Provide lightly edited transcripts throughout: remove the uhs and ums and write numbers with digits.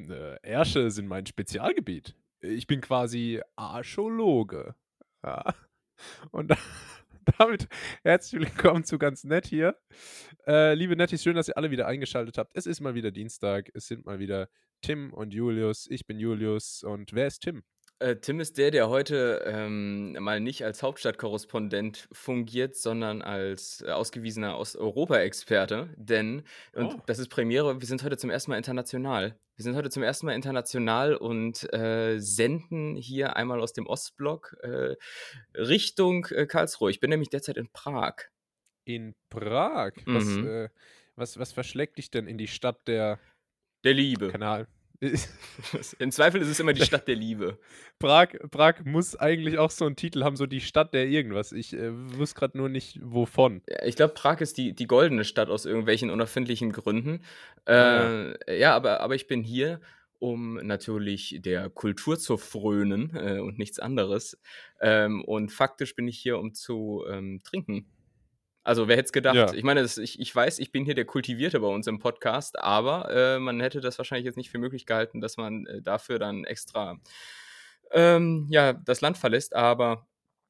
Ärsche sind mein Spezialgebiet. Ich bin quasi Archäologe. Ja. Und damit herzlich willkommen zu ganz nett hier. Liebe Nettis, schön, dass ihr alle wieder eingeschaltet habt. Es ist mal wieder Dienstag. Es sind mal wieder Tim und Julius. Ich bin Julius. Und wer ist Tim? Tim ist der heute, mal nicht als Hauptstadtkorrespondent fungiert, sondern als, ausgewiesener Osteuropa-Experte, denn und Oh, das ist Premiere, wir sind heute zum ersten Mal international. Wir sind heute zum ersten Mal international und, senden hier einmal aus dem Ostblock, Richtung, Karlsruhe. Ich bin nämlich derzeit in Prag. in Prag. Was, Mhm. was verschlägt dich denn in die Stadt der, Der Liebe. keine Ahnung. Im Zweifel ist es immer die Stadt der Liebe. Prag muss eigentlich auch so einen Titel haben, so die Stadt der irgendwas. Ich wusste gerade nur nicht, wovon. Ja, ich glaube, Prag ist die goldene Stadt aus irgendwelchen unerfindlichen Gründen. Ah ja. Ja, aber ich bin hier, um natürlich der Kultur zu frönen, und nichts anderes. Und faktisch bin ich hier, um zu, trinken. Also, wer hätte es gedacht? Ja. Ich meine, ich weiß, ich bin hier der Kultivierte bei uns im Podcast, aber, man hätte das wahrscheinlich jetzt nicht für möglich gehalten, dass man, dafür dann extra, ja, das Land verlässt, aber,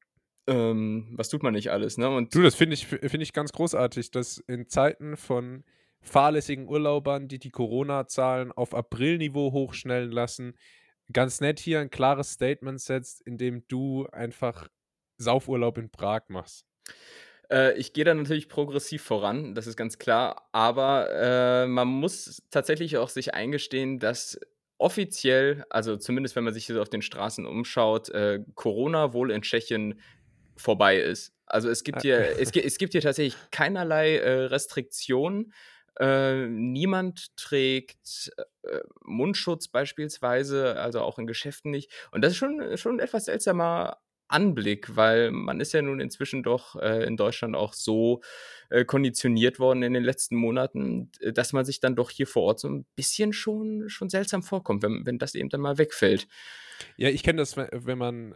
was tut man nicht alles, ne? Und Du, das finde ich ganz großartig, dass in Zeiten von fahrlässigen Urlaubern, die Corona-Zahlen auf Aprilniveau hochschnellen lassen, ganz nett hier ein klares Statement setzt, indem du einfach Saufurlaub in Prag machst. Ich gehe da natürlich progressiv voran, das ist ganz klar, aber, man muss tatsächlich auch sich eingestehen, dass offiziell, also zumindest wenn man sich hier so auf den Straßen umschaut, Corona wohl in Tschechien vorbei ist. Also, es gibt hier tatsächlich keinerlei, Restriktionen. Niemand trägt, Mundschutz beispielsweise, also auch in Geschäften nicht. Und das ist schon 'n etwas seltsamer Anblick, weil man ist ja nun inzwischen doch, in Deutschland auch so, konditioniert worden in den letzten Monaten, dass man sich dann doch hier vor Ort so 'n bisschen schon seltsam vorkommt, wenn das eben dann mal wegfällt. Ja, ich kenne das, wenn man,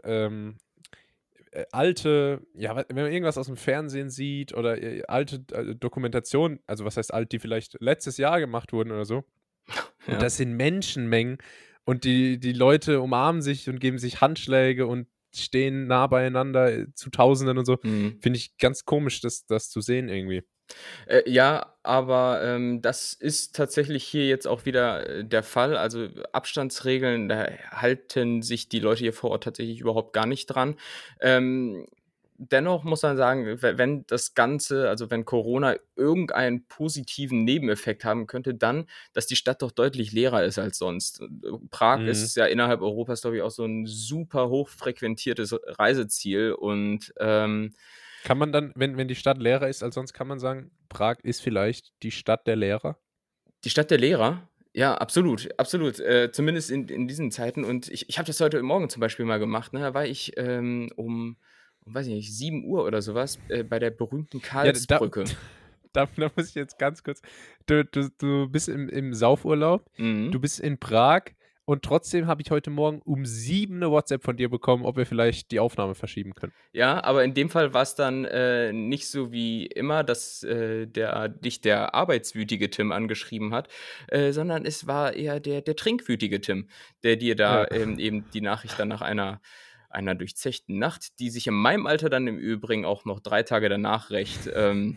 alte ja, wenn man irgendwas aus dem Fernsehen sieht oder, alte, Dokumentationen, also was heißt alt, die vielleicht letztes Jahr gemacht wurden oder so. Und Ja. das sind Menschenmengen und die Leute umarmen sich und geben sich Handschläge und stehen nah beieinander, zu Tausenden und so. Mhm. Finde ich ganz komisch, das zu sehen irgendwie. Ja, aber, das ist tatsächlich hier jetzt auch wieder, der Fall. Also, Abstandsregeln, da halten sich die Leute hier vor Ort tatsächlich überhaupt gar nicht dran. Ähm, Dennoch muss man sagen, wenn das Ganze, also, wenn Corona irgendeinen positiven Nebeneffekt haben könnte, dann, dass die Stadt doch deutlich leerer ist als sonst. Prag Mhm. ist ja innerhalb Europas, glaube ich, auch so 'n super hochfrequentiertes Reiseziel und, Kann man dann, wenn die Stadt leerer ist als sonst, kann man sagen, Prag ist vielleicht die Stadt der Lehrer? Die Stadt der Lehrer? Ja, absolut, absolut. Zumindest in diesen Zeiten. Und ich habe das heute Morgen zum Beispiel mal gemacht, ne? Da war ich, weiß ich nicht, 7 Uhr oder sowas bei der berühmten Ja, da Karlsbrücke. da muss ich jetzt ganz kurz, du bist im Saufurlaub, Mhm. du bist in Prag und trotzdem habe ich heute Morgen um 7 'ne WhatsApp von dir bekommen, ob wir vielleicht die Aufnahme verschieben können. Ja, aber in dem Fall war's dann, nicht so wie immer, dass, der arbeitswütige Tim angeschrieben hat, sondern es war eher der trinkwütige Tim, der dir da, Ja. eben die Nachricht dann nach einer durchzechten Nacht, die sich in meinem Alter dann im Übrigen auch noch 3 Tage danach rächt,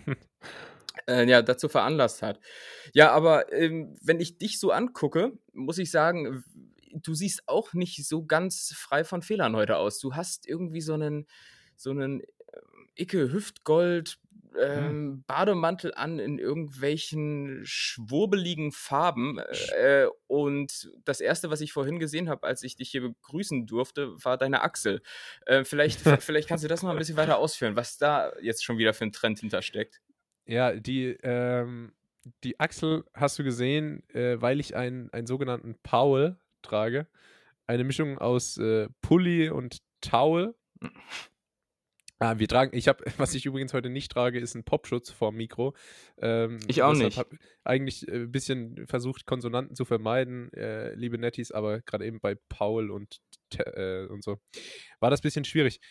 ja, dazu veranlasst hat. Ja, aber, wenn ich dich so angucke, muss ich sagen, du siehst auch nicht so ganz frei von Fehlern heute aus. Du hast irgendwie so 'nen Icke Hüftgold, Hm. Bademantel an in irgendwelchen schwurbeligen Farben, Sch und das erste, was ich vorhin gesehen habe, als ich dich hier begrüßen durfte, war deine Achsel. Vielleicht kannst du das noch 'n bisschen weiter ausführen, was da jetzt schon wieder für 'n Trend hintersteckt? Ja, die Achsel hast du gesehen, weil ich einen sogenannten Powel trage. Eine Mischung aus, Pulli und Towel. Wir tragen ich habe was ich übrigens heute nicht trage, ist 'n Popschutz vorm Mikro. Ich auch Deshalb nicht. habe eigentlich, bisschen versucht, Konsonanten zu vermeiden, liebe Netties, aber grade eben bei Paul und so war das bisschen schwierig.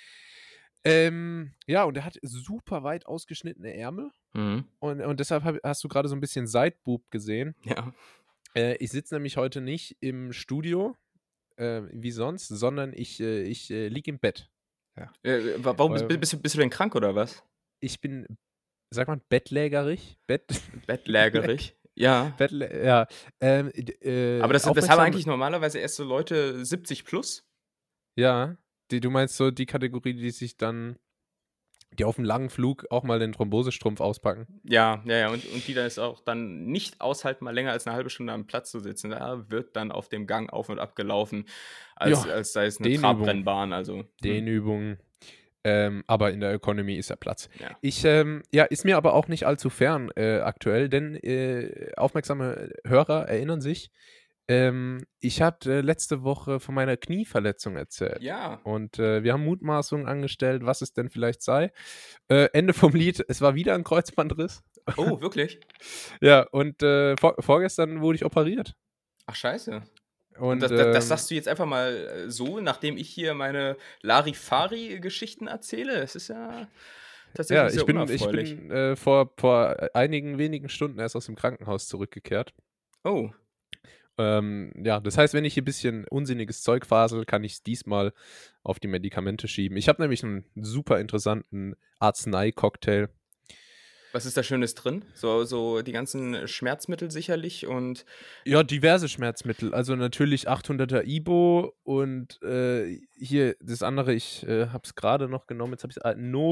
Ja, und der hat super weit ausgeschnittene Ärmel Mhm. und deshalb hast du grade so 'n bisschen Side-Boob gesehen. Ja. Ich sitze nämlich heute nicht im Studio, wie sonst, sondern ich liege im Bett. Ja. Warum Ähm, bist du denn krank oder was? Ich bin, sagt man, bettlägerig? Bettläg Bettlägerig? Ja. Ja. Aber das haben Aufmerksam eigentlich normalerweise erst so Leute 70 plus? Ja, du meinst so die Kategorie, die auf 'm langen Flug auch mal den Thrombosestrumpf auspacken? Ja, ja, ja, und die das auch dann nicht aushalten, mal länger als 'ne halbe Stunde am Platz zu sitzen. Da wird dann auf dem Gang auf und ab gelaufen, Ja, als sei es 'ne Dehnübungen, Trabrennbahn, also, Dehnübungen, aber in der Economy ist ja Platz. ja. Ja, ist mir aber auch nicht allzu fern, aktuell, denn, aufmerksame Hörer erinnern sich, ich hatte letzte Woche von meiner Knieverletzung erzählt Ja. und, wir haben Mutmaßungen angestellt, was es denn vielleicht sei. Ende vom Lied, es war wieder 'n Kreuzbandriss. Oh, wirklich? Ja, und, vorgestern wurde ich operiert Ach, scheiße. Und und, das sagst du jetzt einfach mal, so, nachdem ich hier meine Larifari-Geschichten erzähle? Es ist ja ja, tatsächlich ich sehr bin ich unerfreulich. bin, vor einigen wenigen Stunden erst aus dem Krankenhaus zurückgekehrt. Oh. Ja, das heißt, wenn ich hier bisschen unsinniges Zeug fasele, kann ich's diesmal auf die Medikamente schieben. Ich habe nämlich 'n super interessanten Arzneicocktail. Was ist da Schönes drin? So die ganzen Schmerzmittel sicherlich und Ja, diverse Schmerzmittel. Also, natürlich 800er Ibo und, hier das andere, ich, habe es grade noch genommen, jetzt habe ich's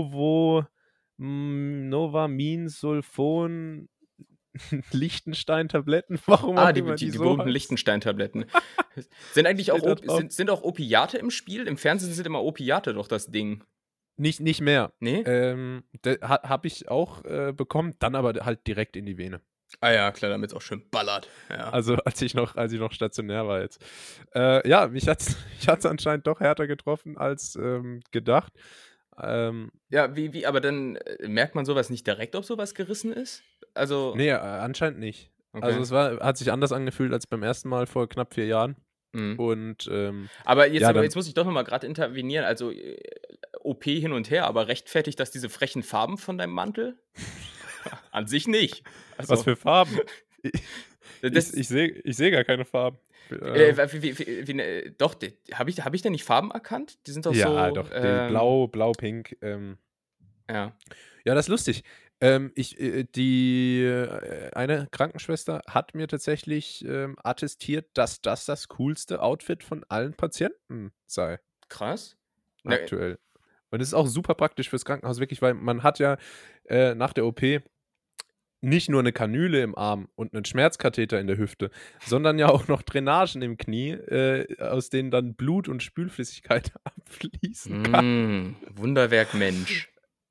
Novamin Sulfon Liechtenstein-Tabletten, warum auch immer die die so berühmten heißen. Liechtenstein-Tabletten. Sind eigentlich auch Steht da drauf. Sind auch Opiate im Spiel? Im Fernsehen sind immer Opiate doch das Ding. Nicht mehr. Ne? Habe ich auch, bekommen, dann aber halt direkt in die Vene. Ah ja, klar, damit's auch schön ballert. Ja. Also, als ich noch stationär war jetzt. Ja, mich hat's anscheinend doch härter getroffen als, gedacht. Ähm, Ja, wie aber dann, merkt man so was nicht direkt, ob so was gerissen ist? Also ne, anscheinend nicht. Also, okay. es hat sich anders angefühlt als beim ersten Mal vor knapp 4 Jahren Mhm. und, Aber ja, dann jetzt muss ich doch noch mal grad intervenieren. Also, OP hin und her, aber rechtfertigt das diese frechen Farben von deinem Mantel? An sich nicht. was Also, für Farben? I ich das ich sehe gar keine Farben. Äh, doch, habe ich denn nicht Farben erkannt? Die sind doch ja, so, doch, die blau, pink, ja, ja, das ist lustig. Die eine Krankenschwester hat mir tatsächlich, attestiert, dass das coolste Outfit von allen Patienten sei krass. Ne, aktuell. Und es ist auch super praktisch fürs Krankenhaus, wirklich, weil man hat ja, nach der OP nicht nur 'ne Kanüle im Arm und 'nen Schmerzkatheter in der Hüfte, sondern ja auch noch Drainagen im Knie, aus denen dann Blut und Spülflüssigkeit abfließen kann. Wunderwerk Mensch.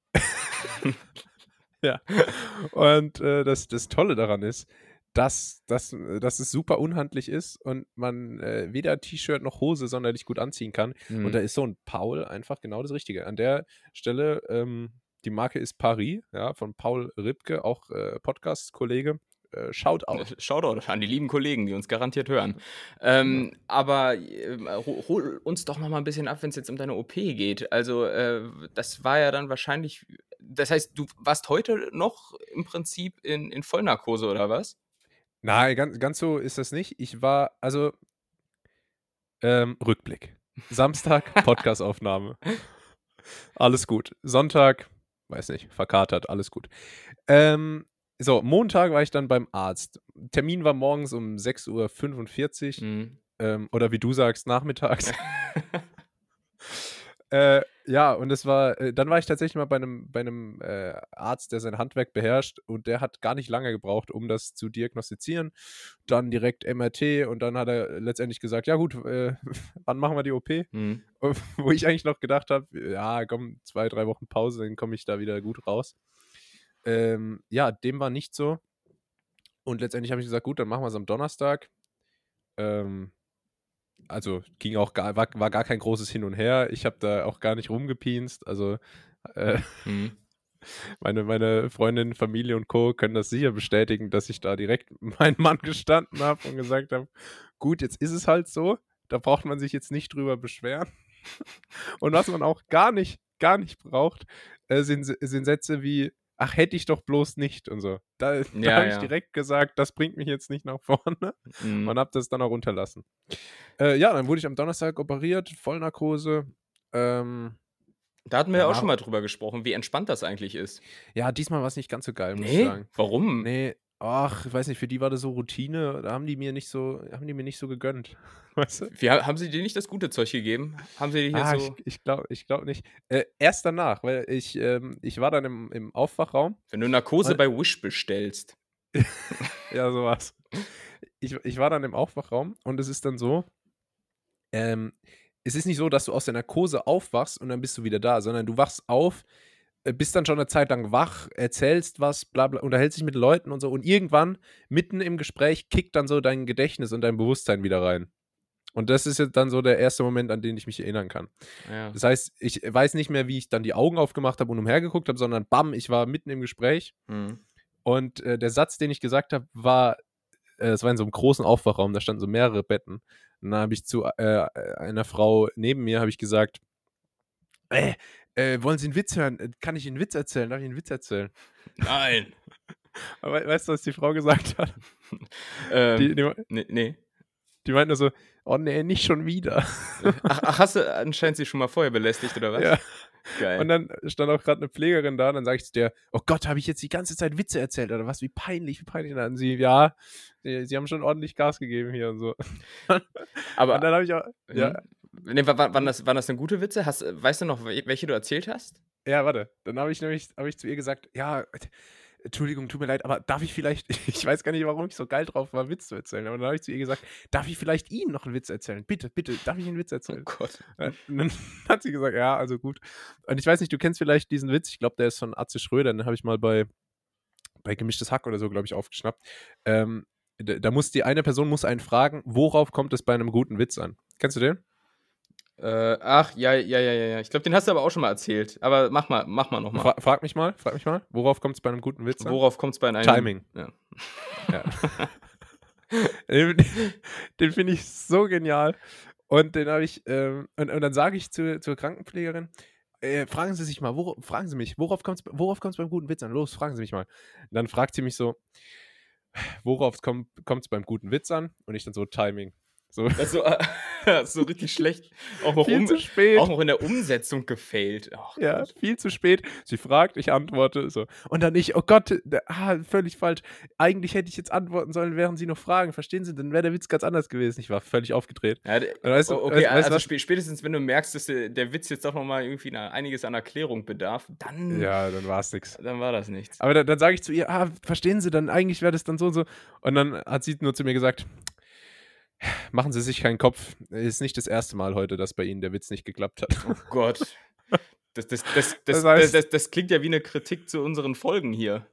Ja. Und, das Tolle daran ist, dass es super unhandlich ist und man, weder T-Shirt noch Hose sonderlich gut anziehen kann. Und Mhm. da ist so 'n Paul einfach genau das Richtige. An der Stelle, die Marke ist Paris, ja, von Paul Ripke, auch, Podcast-Kollege. Shoutout. Shoutout an die lieben Kollegen, die uns garantiert hören. Ja. Aber, hol uns doch noch mal 'n bisschen ab, wenn's jetzt um deine OP geht. Also, das war ja dann wahrscheinlich das heißt, du warst heute noch im Prinzip in Vollnarkose oder was? Nein, ganz so ist das nicht. Ich war also, Rückblick. Samstag Podcastaufnahme. Alles gut. Sonntag, weiß nicht, verkatert, alles gut. So, Montag war ich dann beim Arzt. Termin war morgens um 6:45 Uhr, Mhm. oder wie du sagst, nachmittags. Ja, und dann war ich tatsächlich mal bei 'nem Arzt, der sein Handwerk beherrscht und der hat gar nicht lange gebraucht, um das zu diagnostizieren. Dann direkt MRT und dann hat er letztendlich gesagt: „Ja gut, wann machen wir die OP?" Mhm. Wo ich eigentlich noch gedacht habe: „Ja, komm, 2, 3 Wochen Pause, dann komme ich da wieder gut raus." Ja, dem war nicht so und letztendlich habe ich gesagt: „Gut, dann machen wir's am Donnerstag." Ähm, also, ging auch war gar kein großes Hin und Her. Ich habe da auch gar nicht rumgepienst. Also, äh, Mhm. meine Freundin, Familie und Co. können das sicher bestätigen, dass ich da direkt meinen Mann gestanden habe und gesagt habe: „Gut, jetzt ist es halt so. Da braucht man sich jetzt nicht drüber beschweren." Und was man auch gar nicht braucht, sind Sätze wie: ach, hätte ich doch bloß nicht und so. Da Ja, habe ich ja. direkt gesagt, das bringt mich jetzt nicht nach vorne Mhm. und habe das dann auch unterlassen. Ja, dann wurde ich am Donnerstag operiert, Vollnarkose. Ähm, Da hatten wir ja auch ja, schon mal drüber gesprochen, wie entspannt das eigentlich ist. ja, diesmal war's nicht ganz so geil, muss ich Ne? sagen. Warum? Ne, ach, ich weiß nicht, für die war das so Routine, da haben die mir nicht so gegönnt, weißt du? Wie haben sie dir nicht das gute Zeug gegeben? Haben sie dir hier Ah, ich so ich glaube nicht. Erst danach, weil ich war dann im Aufwachraum wenn du Narkose und bei Wish bestellst. ja, so war's. Ich war dann im Aufwachraum und es ist dann so, ähm, es ist nicht so, dass du aus der Narkose aufwachst und dann bist du wieder da, sondern du wachst auf, bist dann schon 'ne Zeit lang wach, erzählst was, bla bla, unterhältst dich mit Leuten und so und irgendwann, mitten im Gespräch, kickt dann so dein Gedächtnis und dein Bewusstsein wieder rein. Und das ist jetzt dann so der erste Moment, an den ich mich erinnern kann. Ja. Das heißt, ich weiß nicht mehr, wie ich dann die Augen aufgemacht habe und umhergeguckt habe, sondern bam, ich war mitten im Gespräch Mhm. und, der Satz, den ich gesagt habe, war es war in so einem großen Aufwachraum, da standen so mehrere Betten. Und dann habe ich zu, einer Frau neben mir habe ich gesagt: „Äh, wollen Sie einen Witz hören? Kann ich Ihnen 'n Witz erzählen? Darf ich Ihnen 'n Witz erzählen?“ Nein. Aber weißt du, was die Frau gesagt hat? Ähm, Die ne. die meinte nur so: „Oh ne, nicht schon wieder.“ Ach, hast du anscheinend sie schon mal vorher belästigt oder was? Ja. Und Geil. dann stand auch gerade 'ne Pflegerin da, dann sage ich zu der: „Oh Gott, habe ich jetzt die ganze Zeit Witze erzählt oder was? Wie peinlich, wie peinlich.“ Und dann sie: „Ja, Sie haben schon ordentlich Gas gegeben hier und so.“ Und Aber dann habe ich auch ja, mhm. Ne, wa wa mhm, waren das denn gute Witze? Weißt du noch, welche du erzählt hast? ja, warte. Dann habe ich zu ihr gesagt: „Ja, Entschuldigung, tut mir leid, aber darf ich vielleicht“ ich weiß gar nicht, warum ich so geil drauf war, Witz zu erzählen, aber dann habe ich zu ihr gesagt: „Darf ich vielleicht Ihnen noch 'n Witz erzählen? Bitte, bitte, darf ich 'n Witz Oh erzählen?“ Gott. Und dann hat sie gesagt: „Ja, also gut.“ Und ich weiß nicht, du kennst vielleicht diesen Witz, ich glaube, der ist von Atze Schröder, den habe ich mal bei Gemischtes Hack oder so, glaube ich, aufgeschnappt. Da muss die eine Person muss einen fragen: „Worauf kommt es bei einem guten Witz an?“ Kennst du den? Ach, ja, ja, ja, ja, ja. Ich glaube, den hast du aber auch schon mal erzählt. Aber mach mal noch mal. Frag mich mal, worauf kommt es bei einem guten Witz an? Worauf kommt's bei einem Timing. ja. Ja. Den den finde ich so genial. Und den habe ich, und dann sage ich zur Krankenpflegerin: fragen Sie mich, worauf kommt's beim guten Witz an? Los, fragen Sie mich mal.“ Und dann fragt sie mich so: „Worauf kommt's beim guten Witz an?“ Und ich dann so: „Timing.“ So, Also, so richtig schlecht. viel zu Auch spät. noch in der Umsetzung gefailt. Ach Ja, Gott. viel zu spät. Sie fragt, ich antworte, so. Und dann ich: „Oh Gott, völlig falsch. Eigentlich hätte ich jetzt antworten sollen, während Sie noch fragen. Verstehen Sie? Dann wäre der Witz ganz anders gewesen.“ Ich war völlig aufgedreht. Ja, Und weißt du okay, weißt weißt du also was? spätestens, wenn du merkst, dass der Witz jetzt doch noch mal irgendwie einiges an Erklärung bedarf, Ja, dann war's nix. dann war das nichts. Aber dann sage ich zu ihr: verstehen Sie, dann eigentlich wäre das dann so und so.“ Und dann hat sie nur zu mir gesagt: „Machen Sie sich keinen Kopf. Ist nicht das erste Mal heute, dass bei Ihnen der Witz nicht geklappt hat.“ Oh Gott. Das heißt, Das klingt ja wie 'ne Kritik zu unseren Folgen hier.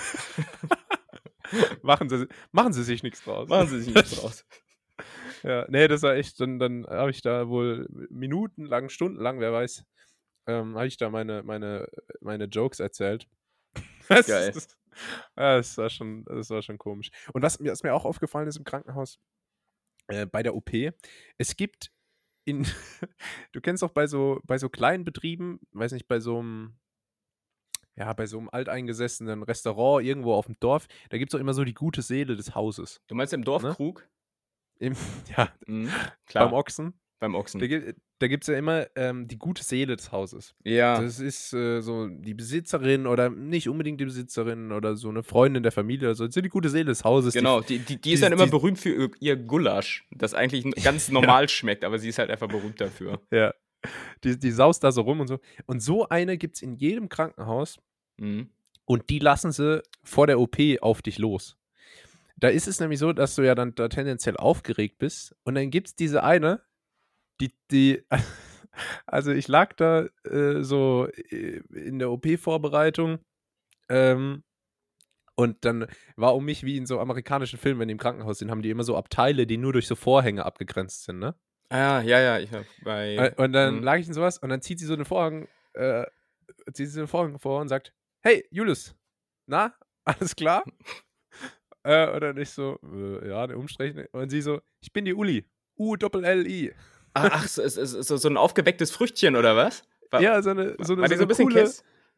machen Sie sich nix draus. Machen Sie sich nichts draus. Ja, ne, das war echt dann habe ich da wohl minutenlang, stundenlang, wer weiß, habe ich da meine Jokes erzählt. Das Geil. ist das war schon komisch. Und was mir auch aufgefallen ist im Krankenhaus, bei der OP, es gibt in du kennst doch bei so kleinen Betrieben, weiß nicht, bei so 'nem alteingesessenen Restaurant irgendwo auf'm Dorf, da gibt's doch immer so die gute Seele des Hauses, Du meinst im ne? Dorfkrug? Im ja, Mhm. beim Klar, Ochsen. beim Da Ochsen. gi da gibt's ja immer, die gute Seele des Hauses. Ja, Das ist, so die Besitzerin oder nicht unbedingt die Besitzerin oder so 'ne Freundin der Familie oder so. So die gute Seele des Hauses, genau. Die ist die dann immer die berühmt für ihr Gulasch, das eigentlich ganz ja, normal schmeckt, aber sie ist halt einfach berühmt dafür. ja. Die saust da so rum und so. Und so eine gibt's in jedem Krankenhaus Mhm. und die lassen sie vor der OP auf dich los. Da ist es nämlich so, dass du ja dann da tendenziell aufgeregt bist und dann gibt's diese eine, die also, ich lag da, so, in der OP-Vorbereitung, ähm, und dann war um mich wie in so amerikanischen Filmen, wenn die im Krankenhaus sind, haben die immer so Abteile, die nur durch so Vorhänge abgegrenzt sind, ne? Ah, ja, ja, ich habe Und dann lag ich in so was und dann zieht sie so 'den Vorhang vor und sagt: „Hey, Julius, na, alles klar?“ Und dann ich so: ja, ne, umstreichen.“ Und sie so: „Ich bin die Uli, U-Doppel-L-I.“ Ach, so 'n aufgewecktes Früchtchen oder was? Ja, so 'ne War die so 'n bisschen coole Kess?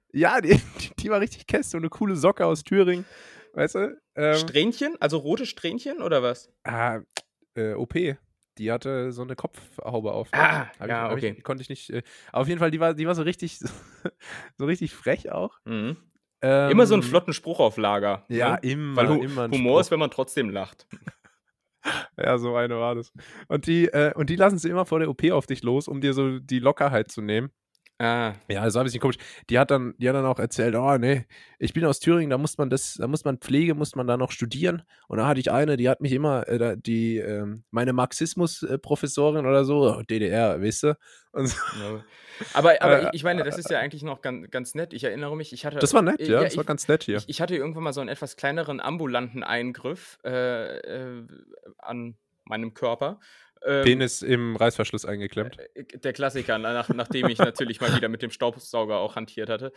Ja, die war richtig Käse, so eine coole Socke aus Thüringen, weißt du? Strähnchen? Also rote Strähnchen oder was? OP. Die hatte so eine Kopfhaube auf, ne? Ah, ja, okay. Konnte ich nicht, aber auf jeden Fall, die war so richtig so richtig frech auch. Mhm. Immer so 'n Ähm, flotten Spruch auf Lager, ja, ne? Weil immer 'n Humor ist, Spruch. wenn man trotzdem lacht. Ja, so eine war das. Und die lassen sie immer vor der OP auf dich los, um dir so die Lockerheit zu nehmen. Ah, Ja, das war 'n bisschen komisch. Die hat dann auch erzählt: „Oh ne, ich bin aus Thüringen, da muss man Pflege muss man da noch studieren.“ Und da hatte ich eine, die hat mich immer, da die, meine Marxismus Professorin oder so, DDR, weißt du? Und so, ja. Aber äh, ich meine, das ist ja eigentlich noch ganz nett. Ich erinnere mich, ich das hatte war nett, ja, ja, das war ganz nett hier. ich hatte irgendwann mal so 'n etwas kleineren ambulanten Eingriff, an meinem Körper. Ähm Penis im Reißverschluss eingeklemmt. Der Klassiker, nachdem ich natürlich mal wieder mit dem Staubsauger auch hantiert hatte.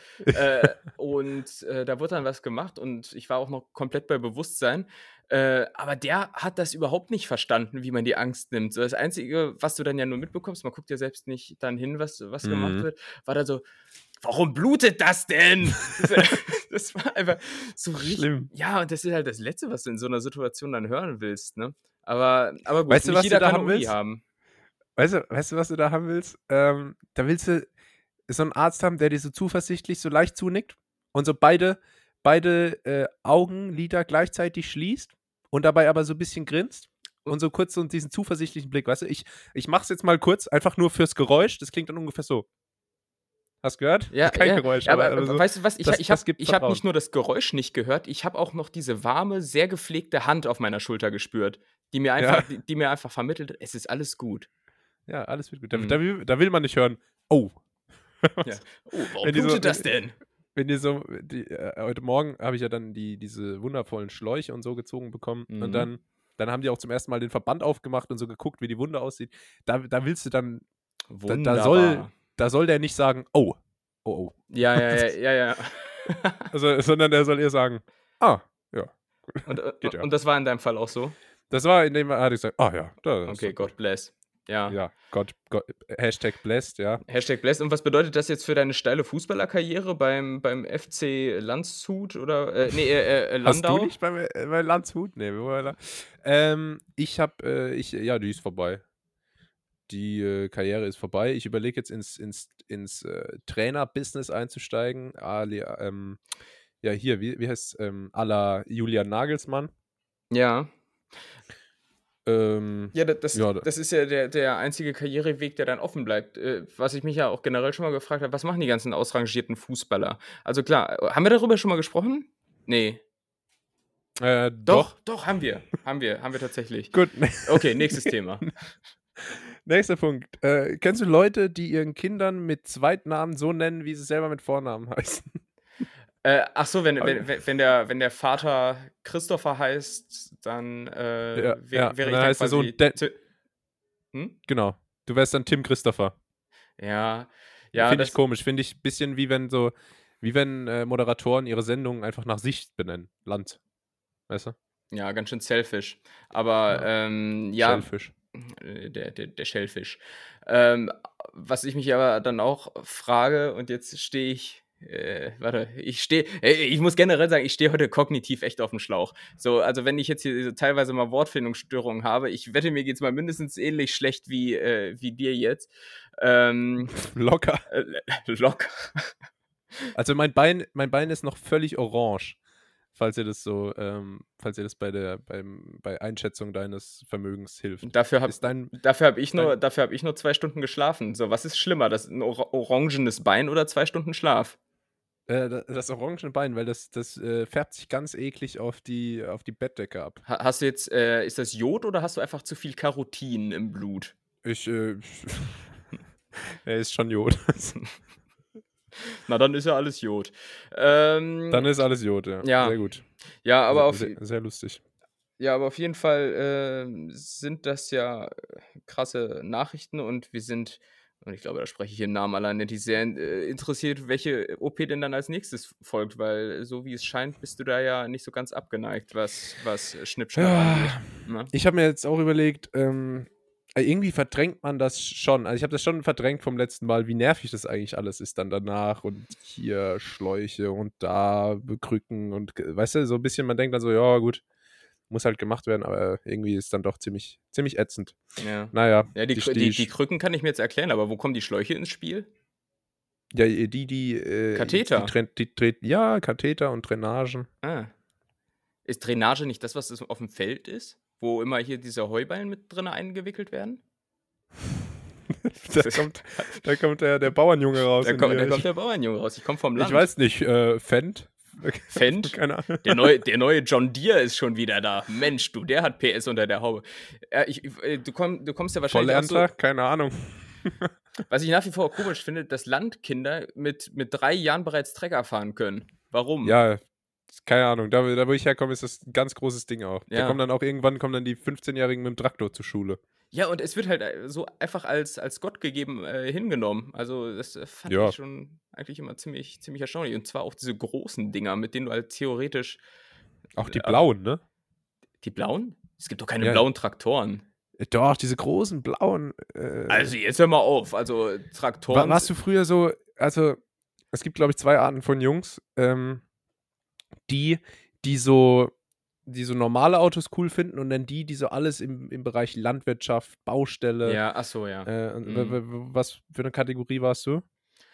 Da wurde dann was gemacht und ich war auch noch komplett bei Bewusstsein. Aber der hat das überhaupt nicht verstanden, wie man die Angst nimmt. So das Einzige, was du dann ja nur mitbekommst, man guckt ja selbst nicht dann hin, was gemacht Mhm. wird, war da so: „Warum blutet das denn?“ Das war einfach so richtig. Schlimm. Ja, und das ist halt das Letzte, was du in so 'ner Situation dann hören willst, ne? Aber gut, Weißt du, nicht was du jeder da kann 'ne haben Uni willst? haben. Weißt du, was du da haben willst? Da willst du so 'n Arzt haben, der dir so zuversichtlich so leicht zunickt und so beide, Augenlider gleichzeitig schließt und dabei aber so bisschen grinst und so kurz so diesen zuversichtlichen Blick, weißt du? Ich mache es jetzt mal kurz, einfach nur fürs Geräusch. Das klingt dann ungefähr so. Hast gehört? Ja, Kein ja, Geräusch, ja, aber aber so weißt du was? das das gibt Ich habe Vertrauen. nicht nur das Geräusch nicht gehört, ich habe auch noch diese warme, sehr gepflegte Hand auf meiner Schulter gespürt, Ja, die mir einfach vermittelt: „Es ist alles gut.“ ja, alles wird gut. Da Mhm. da will man nicht hören: „Oh.“ Ja. „Oh, warum Wenn die so blutet das denn?“ wenn die so heute Morgen habe ich ja dann diese wundervollen Schläuche und so gezogen bekommen und Mhm. dann haben die auch zum ersten Mal den Verband aufgemacht und so geguckt, wie die Wunde aussieht. Da willst du dann da da soll Wunderbar. da soll der nicht sagen: „Oh, oh, oh.“ Ja, ja, ja, Das ja, ja. sondern der soll eher sagen: „Ah, ja, geht ja.“ Und das war in deinem Fall auch so? Das war in dem hatte ich gesagt: „Ah ja, da ist Okay, doch God gut.“ bless. Ja. Ja, Gott #blessed, ja. #blessed. Und was bedeutet das jetzt für deine steile Fußballerkarriere beim FC Landshut oder, Hast du Landau? nicht bei Landshut? Ne, wo war da ich habe, ja, die ist vorbei. Die, Karriere ist vorbei. Ich überlege jetzt ins Trainer-Business einzusteigen, ja, hier, wie heißt's, à la Julian Nagelsmann. Ja. Ähm, Ja, ja, d das ist ja der einzige Karriereweg, der dann offen bleibt. Was ich mich ja auch generell schon mal gefragt habe: Was machen die ganzen ausrangierten Fußballer? Also klar, haben wir darüber schon mal gesprochen? Ne. doch. Doch, haben wir tatsächlich. Gut. Okay, nächstes Thema. Nächster Punkt. Kennst du Leute, die ihren Kindern mit Zweitnamen so nennen, wie sie selber mit Vornamen heißen? Ach so, wenn Habe wenn wenn wenn der wenn der Vater Christopher heißt, dann, ja, ja. Und wäre ich dann dann heißt der Sohn quasi hm? genau. Du wärst dann Tim Christopher. Ja, ja, Finde ich das komisch. Finde ich ein bisschen wie wenn, Moderatoren ihre Sendungen einfach nach Sicht benennen. Land, weißt du? ja, ganz schön selfish. Aber, Ja, ja, Schellfisch. der Schellfisch. Ähm, Was ich mich aber dann auch frage und jetzt stehe ich warte, ich muss generell sagen, ich stehe heute kognitiv echt aufm Schlauch. So, also, wenn ich jetzt hier teilweise mal Wortfindungsstörungen habe, ich wette, mir geht's mal mindestens ähnlich schlecht wie dir jetzt. Ähm, Locker. äh, locker. Also, mein Bein ist noch völlig orange, falls dir das bei Einschätzung deines Vermögens hilft. Dafür habe Ist dein dafür habe ich ist dein nur 2 Stunden geschlafen. So, was ist schlimmer, das 'n orangenes Bein oder 2 Stunden Schlaf? das orangene Bein, weil das färbt sich ganz eklig auf die Bettdecke ab. Hast du jetzt ist das Jod oder hast du einfach zu viel Carotin im Blut? Ich, er ist schon Jod. Na, dann ist ja alles Jod. Dann ist alles Jod, ja. Ja, Sehr gut. ja, aber Sehr lustig. auf jeden Fall, sind das ja krasse Nachrichten und ich glaube, da spreche ich im Namen aller Netizenen, interessiert, welche OP denn dann als Nächstes folgt, weil so wie es scheint, bist du da ja nicht so ganz abgeneigt, was Schnippschnapp angeht, Ja, ne? ich habe mir jetzt auch überlegt, Irgendwie verdrängt man das schon. Also, ich habe das schon verdrängt vom letzten Mal, wie nervig das eigentlich alles ist dann danach und hier Schläuche und da Krücken und weißt du, so ein bisschen man denkt dann so: „Ja gut, muss halt gemacht werden“, aber irgendwie ist dann doch ziemlich ätzend. Ja. Na ja, Ja, die die Krü die die die sch Krücken kann ich mir jetzt erklären, aber wo kommen die Schläuche ins Spiel? ja, die Katheter. trennt die dreht ja, Katheter und Drainagen. Ah. Ist Drainage nicht das, was es aufm Feld ist? Wo immer hier diese Heuballen mit drin eingewickelt werden? Da kommt da kommt der Bauernjunge raus in Da dir. kommt der Bauernjunge raus. Ich komme vom Ich Land. weiß nicht, Fendt? Fendt? Keine Ahnung. Der neue John Deere ist schon wieder da. Mensch, du, der hat PS unter der Haube. Du kommst ja wahrscheinlich auch so. Vollernter? Keine Ahnung. Was ich nach wie vor komisch finde, dass Landkinder mit 3 Jahren bereits Trecker fahren können. Warum? Ja, keine Ahnung. Da, wo ich herkomme, ist das ein ganz großes Ding auch. Da kommen Ja. dann auch irgendwann kommen dann die 15-Jährigen mit dem Traktor zur Schule. Ja, und es wird halt so einfach als Gott gegeben hingenommen. Also, das fand Ja, ich schon eigentlich immer ziemlich erstaunlich. Und zwar auch diese großen Dinger, mit denen du halt theoretisch. auch die Ach, blauen, ne? die blauen? Es gibt doch keine Ja, blauen Traktoren. doch, diese großen blauen. Also, jetzt hör mal auf. Also, Traktoren. Warst du früher so, also es gibt, glaube ich, 2 Arten von Jungs, die, die so, die so normale Autos cool finden und dann die so alles im Bereich Landwirtschaft, Baustelle, Ja, ach so, ja. was für eine Kategorie warst du?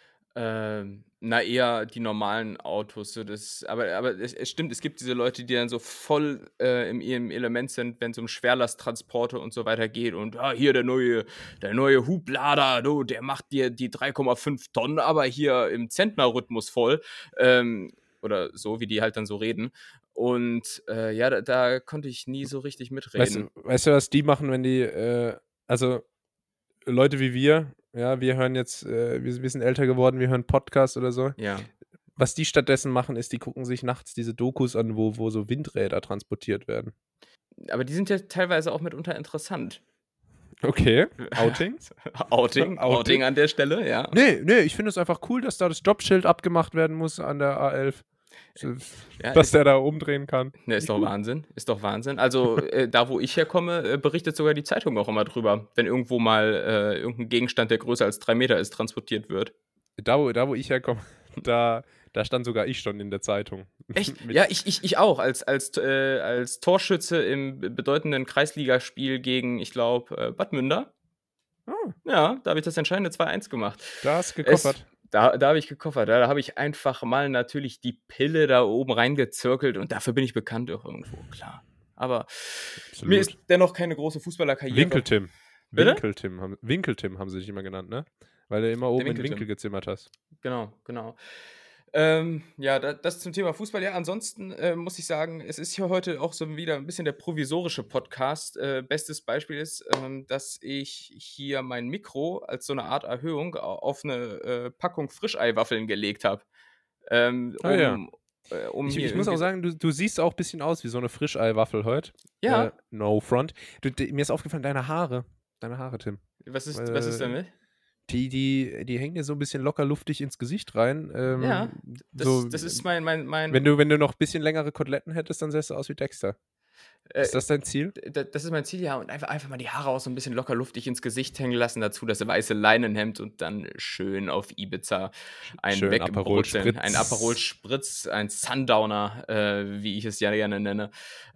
Na, eher die normalen Autos, so das aber es stimmt, es gibt diese Leute, die dann so voll, in ihrem Element sind, wenn's um Schwerlasttransporte und so weiter geht und: „Ah, hier der neue Hublader, du, der macht dir die 3,5 Tonnen, aber hier im Zentnerrhythmus voll.“ Oder so, wie die halt dann so reden. Und, ja, da konnte ich nie so richtig mitreden. Weißt du, was die machen, wenn die, also Leute wie wir, ja, wir hören jetzt, wir sind älter geworden, wir hören Podcasts oder so. Ja. Was die stattdessen machen, ist, die gucken sich nachts diese Dokus an, wo so Windräder transportiert werden. Aber die sind ja teilweise auch mitunter interessant. Okay, Outing. Outing an der Stelle, ja. Nee, ich finde es einfach cool, dass da das Jobschild abgemacht werden muss an der A11. So, Ja, dass der da umdrehen kann. ne, ist Finde doch ich gut. Wahnsinn. Ist doch Wahnsinn. Also, da, wo ich herkomme, berichtet sogar die Zeitung auch immer drüber, wenn irgendwo mal, irgend 'n Gegenstand, der größer als 3 Meter ist, transportiert wird. Da, wo ich herkomme, da stand sogar ich schon in der Zeitung. Echt? Mit, Ja, ich auch als Torschütze im bedeutenden Kreisligaspiel gegen, ich glaube, Bad Münder. oh, Ja, da habe ich das entscheidende 2:1 gemacht. da hast du Es gekoffert. Da habe ich gekoffert. Da habe ich einfach mal natürlich die Pille da oben reingezirkelt und dafür bin ich bekannt auch irgendwo, klar. Aber mir ist Absolut. dennoch keine große Fußballerkarriere. Winkeltim. Bitte? Winkeltim haben sie dich immer genannt, ne? Weil du immer Der oben in den Winkeltim. Winkel gezimmert hast. Genau. Ja, das zum Thema Fußball. Ja, ansonsten, muss ich sagen, es ist hier heute auch so wieder ein bisschen der provisorische Podcast. Bestes Beispiel ist, dass ich hier mein Mikro als so eine Art Erhöhung auf eine Packung Frischeiwaffeln gelegt habe, Ah ja. um hier Ich muss auch irgendwie so. sagen, du siehst auch ein bisschen aus wie so eine Frischeiwaffel heute. Ja, No front. Mir ist aufgefallen, deine Haare. Deine Haare, Tim. was ist damit? Die hängen dir so ein bisschen locker luftig ins Gesicht rein. Ja, So, das ist mein wenn du noch ein bisschen längere Koteletten hättest, dann sähst du aus wie Dexter. Ist äh das dein Ziel? Das ist mein Ziel, ja, und einfach mal die Haare auch so 'n bisschen locker luftig ins Gesicht hängen lassen, dazu das weiße Leinenhemd und dann schön auf Ibiza einen Schön Aperol wegbrutzeln. Ein Aperol Spritz. Spritz, ein Sundowner, wie ich es ja gerne nenne.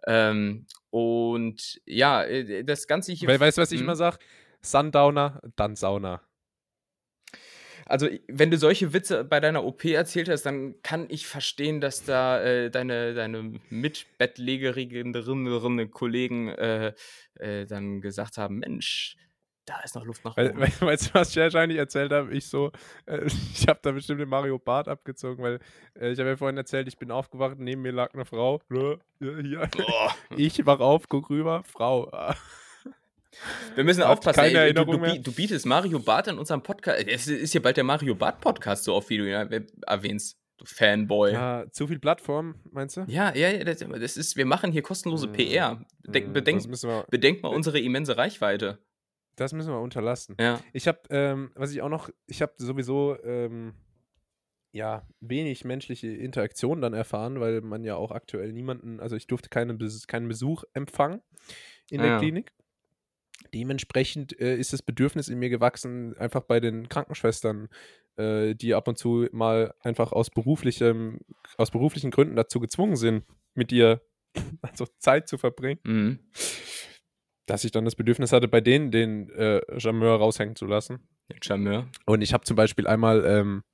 Und ja, das Ganze hier Weißt du, was ich immer sage? Sundowner, dann Sauna. Also, wenn du solche Witze bei deiner OP erzählt hast, dann kann ich verstehen, dass da, deine mitbettlägerigen Kollegen, dann gesagt haben: „Mensch, da ist noch Luft nach oben.“ Weißt du, was ich wahrscheinlich erzählt habe? Ich habe da bestimmt den Mario Barth abgezogen, weil ich habe ja vorhin erzählt, ich bin aufgewacht, neben mir lag eine Frau. Hier. Boah. Ich wach auf, guck rüber, Frau. Wir müssen Hat aufpassen, keine ey, Erinnerung mehr. du bietest Mario Barth in unserem Podcast. Es ist hier bald der Mario Barth Podcast, so oft wie du ihn erwähnst, du Fanboy. Ja, zu viel Plattform, meinst du? Ja, das ist, wir machen hier kostenlose PR. Das müssen wir, Bedenkt mal unsere immense Reichweite. das müssen wir unterlassen. Ja. Ich habe, ich habe sowieso ja, wenig menschliche Interaktion dann erfahren, weil man ja auch aktuell niemanden, also ich durfte keinen Besuch empfangen in der Ja. Klinik. dementsprechend ist das Bedürfnis in mir gewachsen, einfach bei den Krankenschwestern, die ab und zu mal einfach aus beruflichen Gründen dazu gezwungen sind, mit dir also Zeit zu verbringen, Mhm. dass ich dann das Bedürfnis hatte, bei denen den Charmeur raushängen zu lassen. Den Charmeur. Und ich habe zum Beispiel einmal,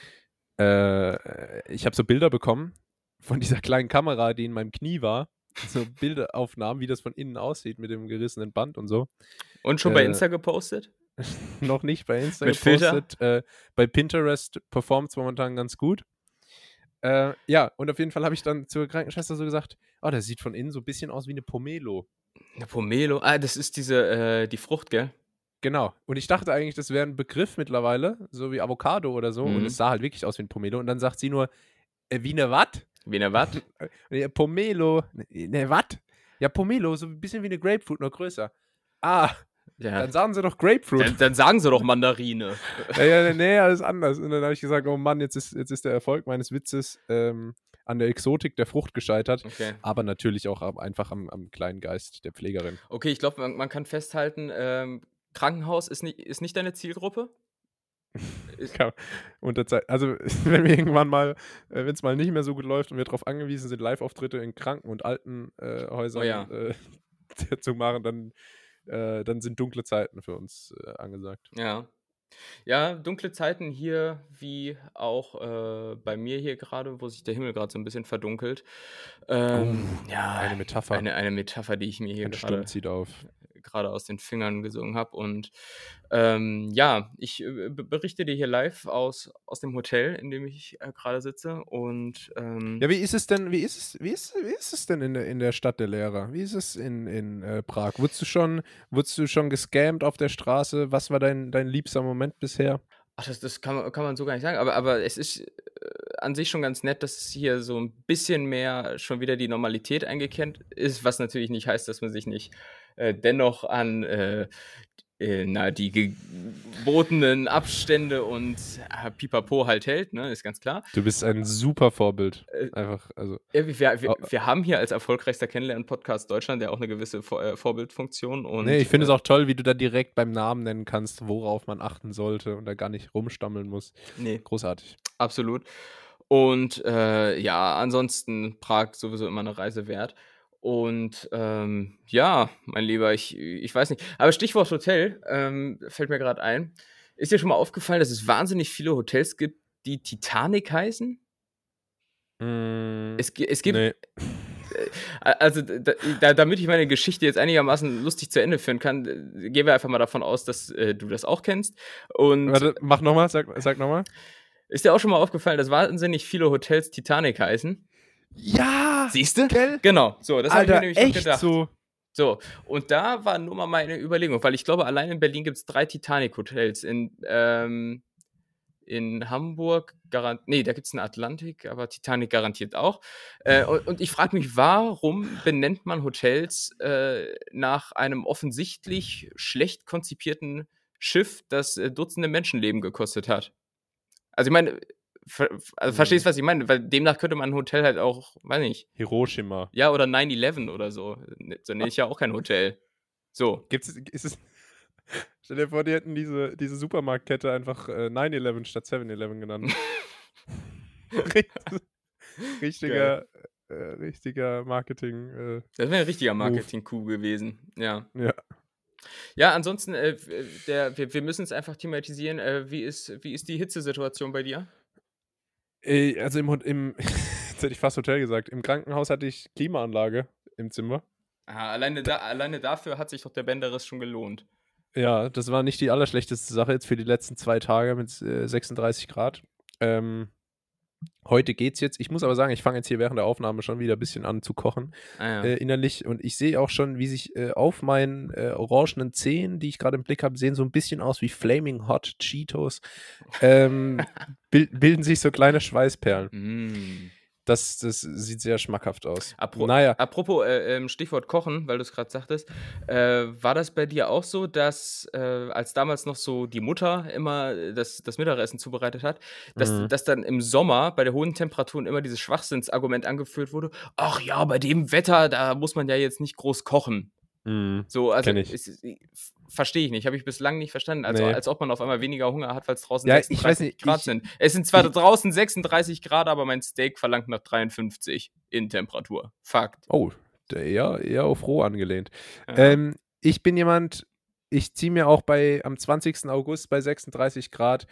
ich habe so Bilder bekommen von dieser kleinen Kamera, die in meinem Knie war. So Bilderaufnahmen, wie das von innen aussieht mit dem gerissenen Band und so. Und schon bei Äh, Insta gepostet? Noch nicht bei Insta Mit Filter? gepostet. Bei Pinterest performt es momentan ganz gut. Ja, und auf jeden Fall habe ich dann zur Krankenschwester so gesagt, oh, das sieht von innen so ein bisschen aus wie eine Pomelo. Eine Pomelo? Das ist die Frucht, gell? Genau. Und ich dachte eigentlich, das wäre ein Begriff mittlerweile, so wie Avocado oder so. Und es sah halt wirklich aus wie ein Pomelo. Und dann sagt sie nur, wie eine wat? Wie eine was? Pomelo. Ne, wat? Ja, Pomelo, so ein bisschen wie eine Grapefruit, nur größer. Ah, Ja. dann sagen sie doch Grapefruit. Dann sagen sie doch Mandarine. Ja, nee, alles anders. Und dann habe ich gesagt, oh Mann, jetzt ist der Erfolg meines Witzes an der Exotik der Frucht gescheitert. Okay. Aber natürlich auch einfach am kleinen Geist der Pflegerin. Okay, ich glaube, man kann festhalten, Krankenhaus ist nicht deine Zielgruppe? Also, wenn wir irgendwann mal, wenn es mal nicht mehr so gut läuft und wir darauf angewiesen sind, Live-Auftritte in Kranken- und Altenhäusern Oh ja. zu machen, dann sind dunkle Zeiten für uns angesagt. Ja. Ja, dunkle Zeiten hier, wie auch bei mir hier gerade, wo sich der Himmel gerade so ein bisschen verdunkelt. Ja, eine Metapher. Eine Metapher, die ich mir hier Ein Sturm zieht auf. gerade aus den Fingern gesungen habe. Und ja, ich berichte dir hier live aus dem Hotel, in dem ich gerade sitze. Und Ja, wie ist es denn in der Stadt der Lehrer? Wie ist es in Prag? Wurdest du schon gescammt auf der Straße? Was war dein liebster Moment bisher? ach, das kann man so gar nicht sagen, aber es ist an sich schon ganz nett, dass hier so ein bisschen mehr schon wieder die Normalität eingekehrt ist, was natürlich nicht heißt, dass man sich nicht dennoch an die gebotenen Abstände und Pipapo halt hält, ne, ist ganz klar. Du bist ein super Vorbild. Äh, Einfach, also. Wir haben hier als erfolgreichster Kennenlernen-Podcast Deutschland ja auch eine gewisse Vorbildfunktion. Und, Nee, ich finde es auch toll, wie du da direkt beim Namen nennen kannst, worauf man achten sollte und da gar nicht rumstammeln muss. Nee, Großartig. absolut. Und ja, ansonsten Prag sowieso immer eine Reise wert. Und ja, mein Lieber, ich weiß nicht. Aber Stichwort Hotel fällt mir gerade ein. Ist dir schon mal aufgefallen, dass es wahnsinnig viele Hotels gibt, die Titanic heißen? Es gibt, Nee. also damit ich meine Geschichte jetzt einigermaßen lustig zu Ende führen kann, gehen wir einfach mal davon aus, dass du das auch kennst. Und Warte, mach nochmal, sag nochmal. ist dir auch schon mal aufgefallen, dass wahnsinnig viele Hotels Titanic heißen? Ja! Siehst du? Gell? Genau, so, das habe ich mir Alter, nämlich noch echt gedacht. so. So, und da war nur mal meine Überlegung, weil ich glaube, allein in Berlin gibt es 3 Titanic-Hotels. In Hamburg, da gibt es einen Atlantik, aber Titanic garantiert auch. Und ich frage mich, warum benennt man Hotels nach einem offensichtlich schlecht konzipierten Schiff, das Dutzende Menschenleben gekostet hat? Also ich meine, verstehst du, was ich meine? Weil demnach könnte man ein Hotel halt auch, weiß nicht, Hiroshima. ja, oder 9/11 oder so. So nenne ich ja auch kein Hotel. So. Stell dir vor, die hätten diese Supermarktkette einfach 9-11 statt 7-Eleven genannt. Richtiger Marketing. Das wäre ein richtiger Move. Marketing-Coup gewesen. Ja. Ja. Ja, ansonsten, wir müssen es einfach thematisieren. Wie ist die Hitzesituation bei dir? Also jetzt hätte ich fast Hotel gesagt. Im Krankenhaus hatte ich Klimaanlage im Zimmer. Aha, alleine dafür hat sich doch der Bänderriss schon gelohnt. Ja, das war nicht die allerschlechteste Sache jetzt für die letzten 2 Tage mit 36 Grad. Heute geht's jetzt. Ich muss aber sagen, ich fange jetzt hier während der Aufnahme schon wieder ein bisschen an zu kochen Ah, ja. innerlich. Und ich sehe auch schon, wie sich auf meinen orangenen Zähnen, die ich gerade im Blick habe, sehen so ein bisschen aus wie Flaming Hot Cheetos. Bilden sich so kleine Schweißperlen. Mm. Das sieht sehr schmackhaft aus. Apropos Stichwort Kochen, weil du es gerade sagtest, war das bei dir auch so, dass als damals noch so die Mutter immer das Mittagessen zubereitet hat, dass dann im Sommer bei den hohen Temperaturen immer dieses Schwachsinnsargument angeführt wurde, ach ja, bei dem Wetter, da muss man ja jetzt nicht groß kochen. So, also, Kenne ich. verstehe ich nicht, habe ich bislang nicht verstanden. Also, Nee. als ob man auf einmal weniger Hunger hat, weil's draußen Ja, ich weiß 36 nicht, Grad sind. Es sind zwar ich draußen 36 Grad, aber mein Steak verlangt nach 53 Innentemperatur. Fakt. oh, eher auf roh angelehnt. Ja. Ich bin jemand, ich ziehe mir auch am 20. August bei 36 Grad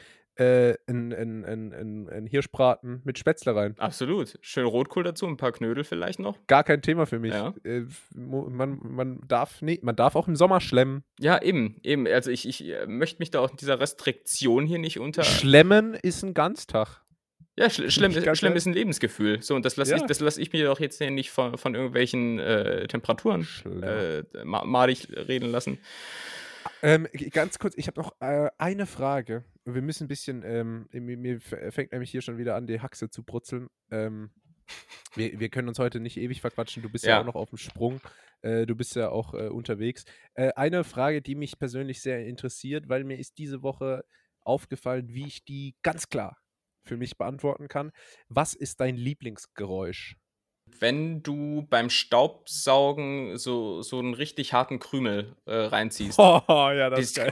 'n Hirschbraten mit Spätzle rein. Absolut. Schön Rotkohl dazu, 'n paar Knödel vielleicht noch. Gar kein Thema für mich. Ja. Man darf auch im Sommer schlemmen. Ja, eben. Also, ich möchte mich da auch dieser Restriktion hier nicht Schlemmen ist 'n Ganztag. Ja, Bin ich ganz schlimm ehrlich. ist 'n Lebensgefühl. So, und Ja, das lasse ich mir doch jetzt hier nicht von irgendwelchen, Temperaturen, Schlemmer. madig reden lassen. Ganz kurz, ich habe noch eine Frage. Wir müssen ein bisschen, mir fängt nämlich hier schon wieder an, die Haxe zu brutzeln. Wir können uns heute nicht ewig verquatschen. Du bist ja auch Ja. noch auf dem Sprung. Du bist ja auch unterwegs. Eine Frage, die mich persönlich sehr interessiert, weil mir ist diese Woche aufgefallen, wie ich die ganz klar für mich beantworten kann. Was ist dein Lieblingsgeräusch? Wenn du beim Staubsaugen so 'n richtig harten Krümel, reinziehst. Oh, ja, das ist Dieses geil.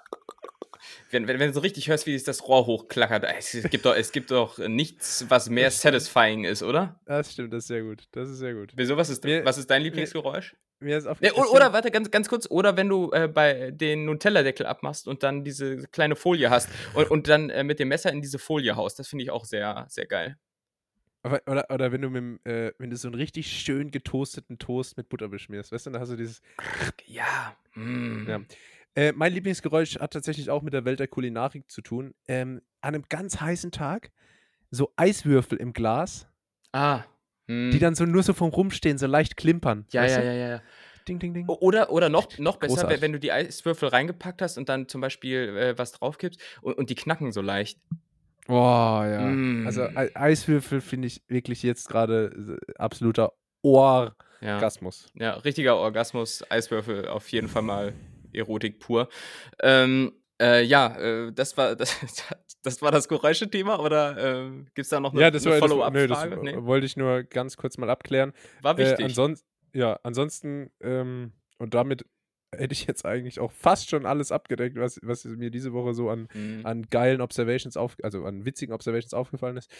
wenn du so richtig hörst, wie sich das Rohr hochklackert. Es gibt doch nichts, was mehr Das stimmt. satisfying ist, oder? Das stimmt, das ist sehr gut. Das ist sehr gut. Wieso, Mir was ist dein mir Lieblingsgeräusch? mir ist Ne, es oder sind warte, ganz kurz, oder wenn du, bei den Nutella-Deckel abmachst und dann diese kleine Folie hast und dann, mit dem Messer in diese Folie haust. Das finde ich auch sehr, sehr geil. oder wenn du so 'n richtig schön getoasteten Toast mit Butter beschmierst, weißt du, dann hast du dieses Ja. ja. Mm. Mein Lieblingsgeräusch hat tatsächlich auch mit der Welt der Kulinarik zu tun. An 'nem ganz heißen Tag so Eiswürfel im Glas, Ah. die Mhm. dann nur so vom Rumstehen so leicht klimpern, Ja, weißt ja, du? ja, ja, ja. Ding, ding, ding. Oder noch besser, wenn Großartig. du die Eiswürfel reingepackt hast und dann zum Beispiel, was draufkippst und die knacken so leicht. Boah, ja. Also, Mm. Eiswürfel finde ich wirklich jetzt grade absoluter Ja. Orgasmus. Ja, richtiger Orgasmus, Eiswürfel, auf jeden Fall mal Erotik pur. Ja, das war das Geräuschethema oder, gibt's da noch 'ne Ja, 'ne das Follow-up-Frage? Ne? wollte ich nur ganz kurz mal abklären. War wichtig. Ansonsten, und damit hätte ich jetzt eigentlich auch fast schon alles abgedeckt, was mir diese Woche so Mhm. an geilen Observations also an witzigen Observations aufgefallen ist.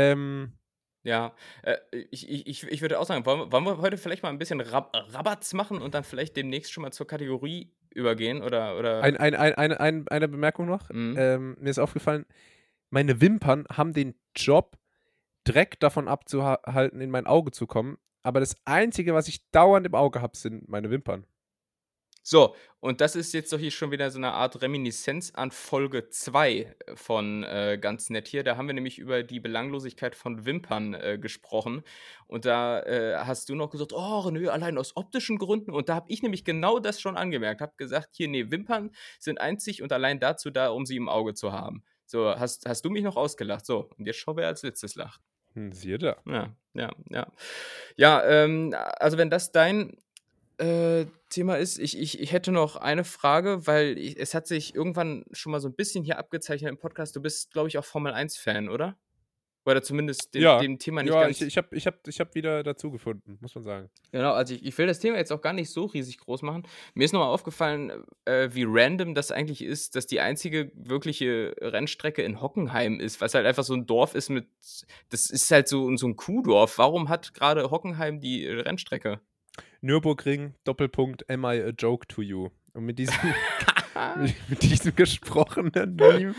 Ja, ich würde auch sagen, wollen wir heute vielleicht mal 'n bisschen Rabatz machen und dann vielleicht demnächst schon mal zur Kategorie übergehen oder Eine Bemerkung noch. mhm. Mir ist aufgefallen, meine Wimpern haben den Job, Dreck davon abzuhalten, in mein Auge zu kommen, aber das Einzige, was ich dauernd im Auge habe, sind meine Wimpern. So, und das ist jetzt doch hier schon wieder so 'ne Art Reminiszenz an Folge 2 von, ganz nett hier. Da haben wir nämlich über die Belanglosigkeit von Wimpern, gesprochen. Und da, hast du noch gesagt: „Oh, nö, allein aus optischen Gründen.“ Und da habe ich nämlich genau das schon angemerkt, habe gesagt: „Hier, ne, Wimpern sind einzig und allein dazu da, um sie im Auge zu haben.“ So, hast du mich noch ausgelacht. So, und jetzt schau, wer als Letztes lacht. Siehe da. Ja, ja, ja. Ja, also wenn das dein Thema ist, ich hätte noch eine Frage, weil es hat sich irgendwann schon mal so ein bisschen hier abgezeichnet im Podcast. Du bist, glaube ich, auch Formel-1-Fan, oder? Oder zumindest Ja, dem Thema nicht ja, ich ganz. ich habe ich habe ich habe wieder dazugefunden, muss man sagen. Genau, also ich will das Thema jetzt auch gar nicht so riesig groß machen. Mir ist noch mal aufgefallen, wie random das eigentlich ist, dass die einzige wirkliche Rennstrecke in Hockenheim ist, was halt einfach so ein Dorf ist mit, das ist halt so ein Kuhdorf. Warum hat gerade Hockenheim die Rennstrecke? Nürburgring, Doppelpunkt, am I a joke to you? Und mit diesem mit diesem gesprochenen Meme,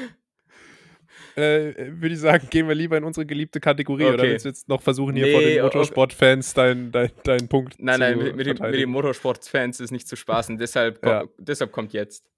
würde ich sagen, gehen wir lieber in unsere geliebte Kategorie, oder willst Okay. du jetzt noch versuchen, hier vor den Ne, Motorsportfans deinen Punkt nein, zu mit den verteidigen? Motorsportfans ist nicht zu spaßen, Ja. deshalb kommt jetzt.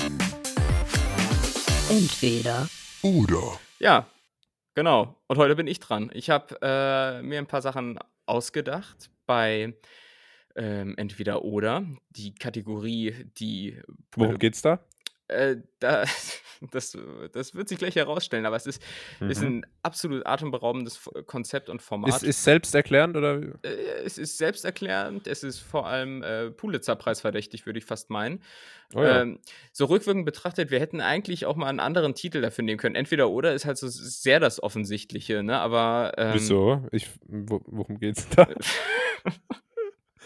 Entweder Oder Ja, genau. Und heute bin ich dran. Ich habe, mir ein paar Sachen ausgedacht bei, entweder oder. Die Kategorie, die Worum geht's da? da das wird sich gleich herausstellen, aber es ist Mhm. 'n absolut atemberaubendes Konzept und Ist Format. ist selbsterklärend oder Es ist selbsterklärend, es ist vor allem, Pulitzer-preisverdächtig, würde ich fast meinen. oh ja. So rückwirkend betrachtet, wir hätten eigentlich auch mal einen anderen Titel dafür nehmen können. Entweder oder ist halt so sehr das Offensichtliche, ne? Aber, Wieso? Worum geht's da?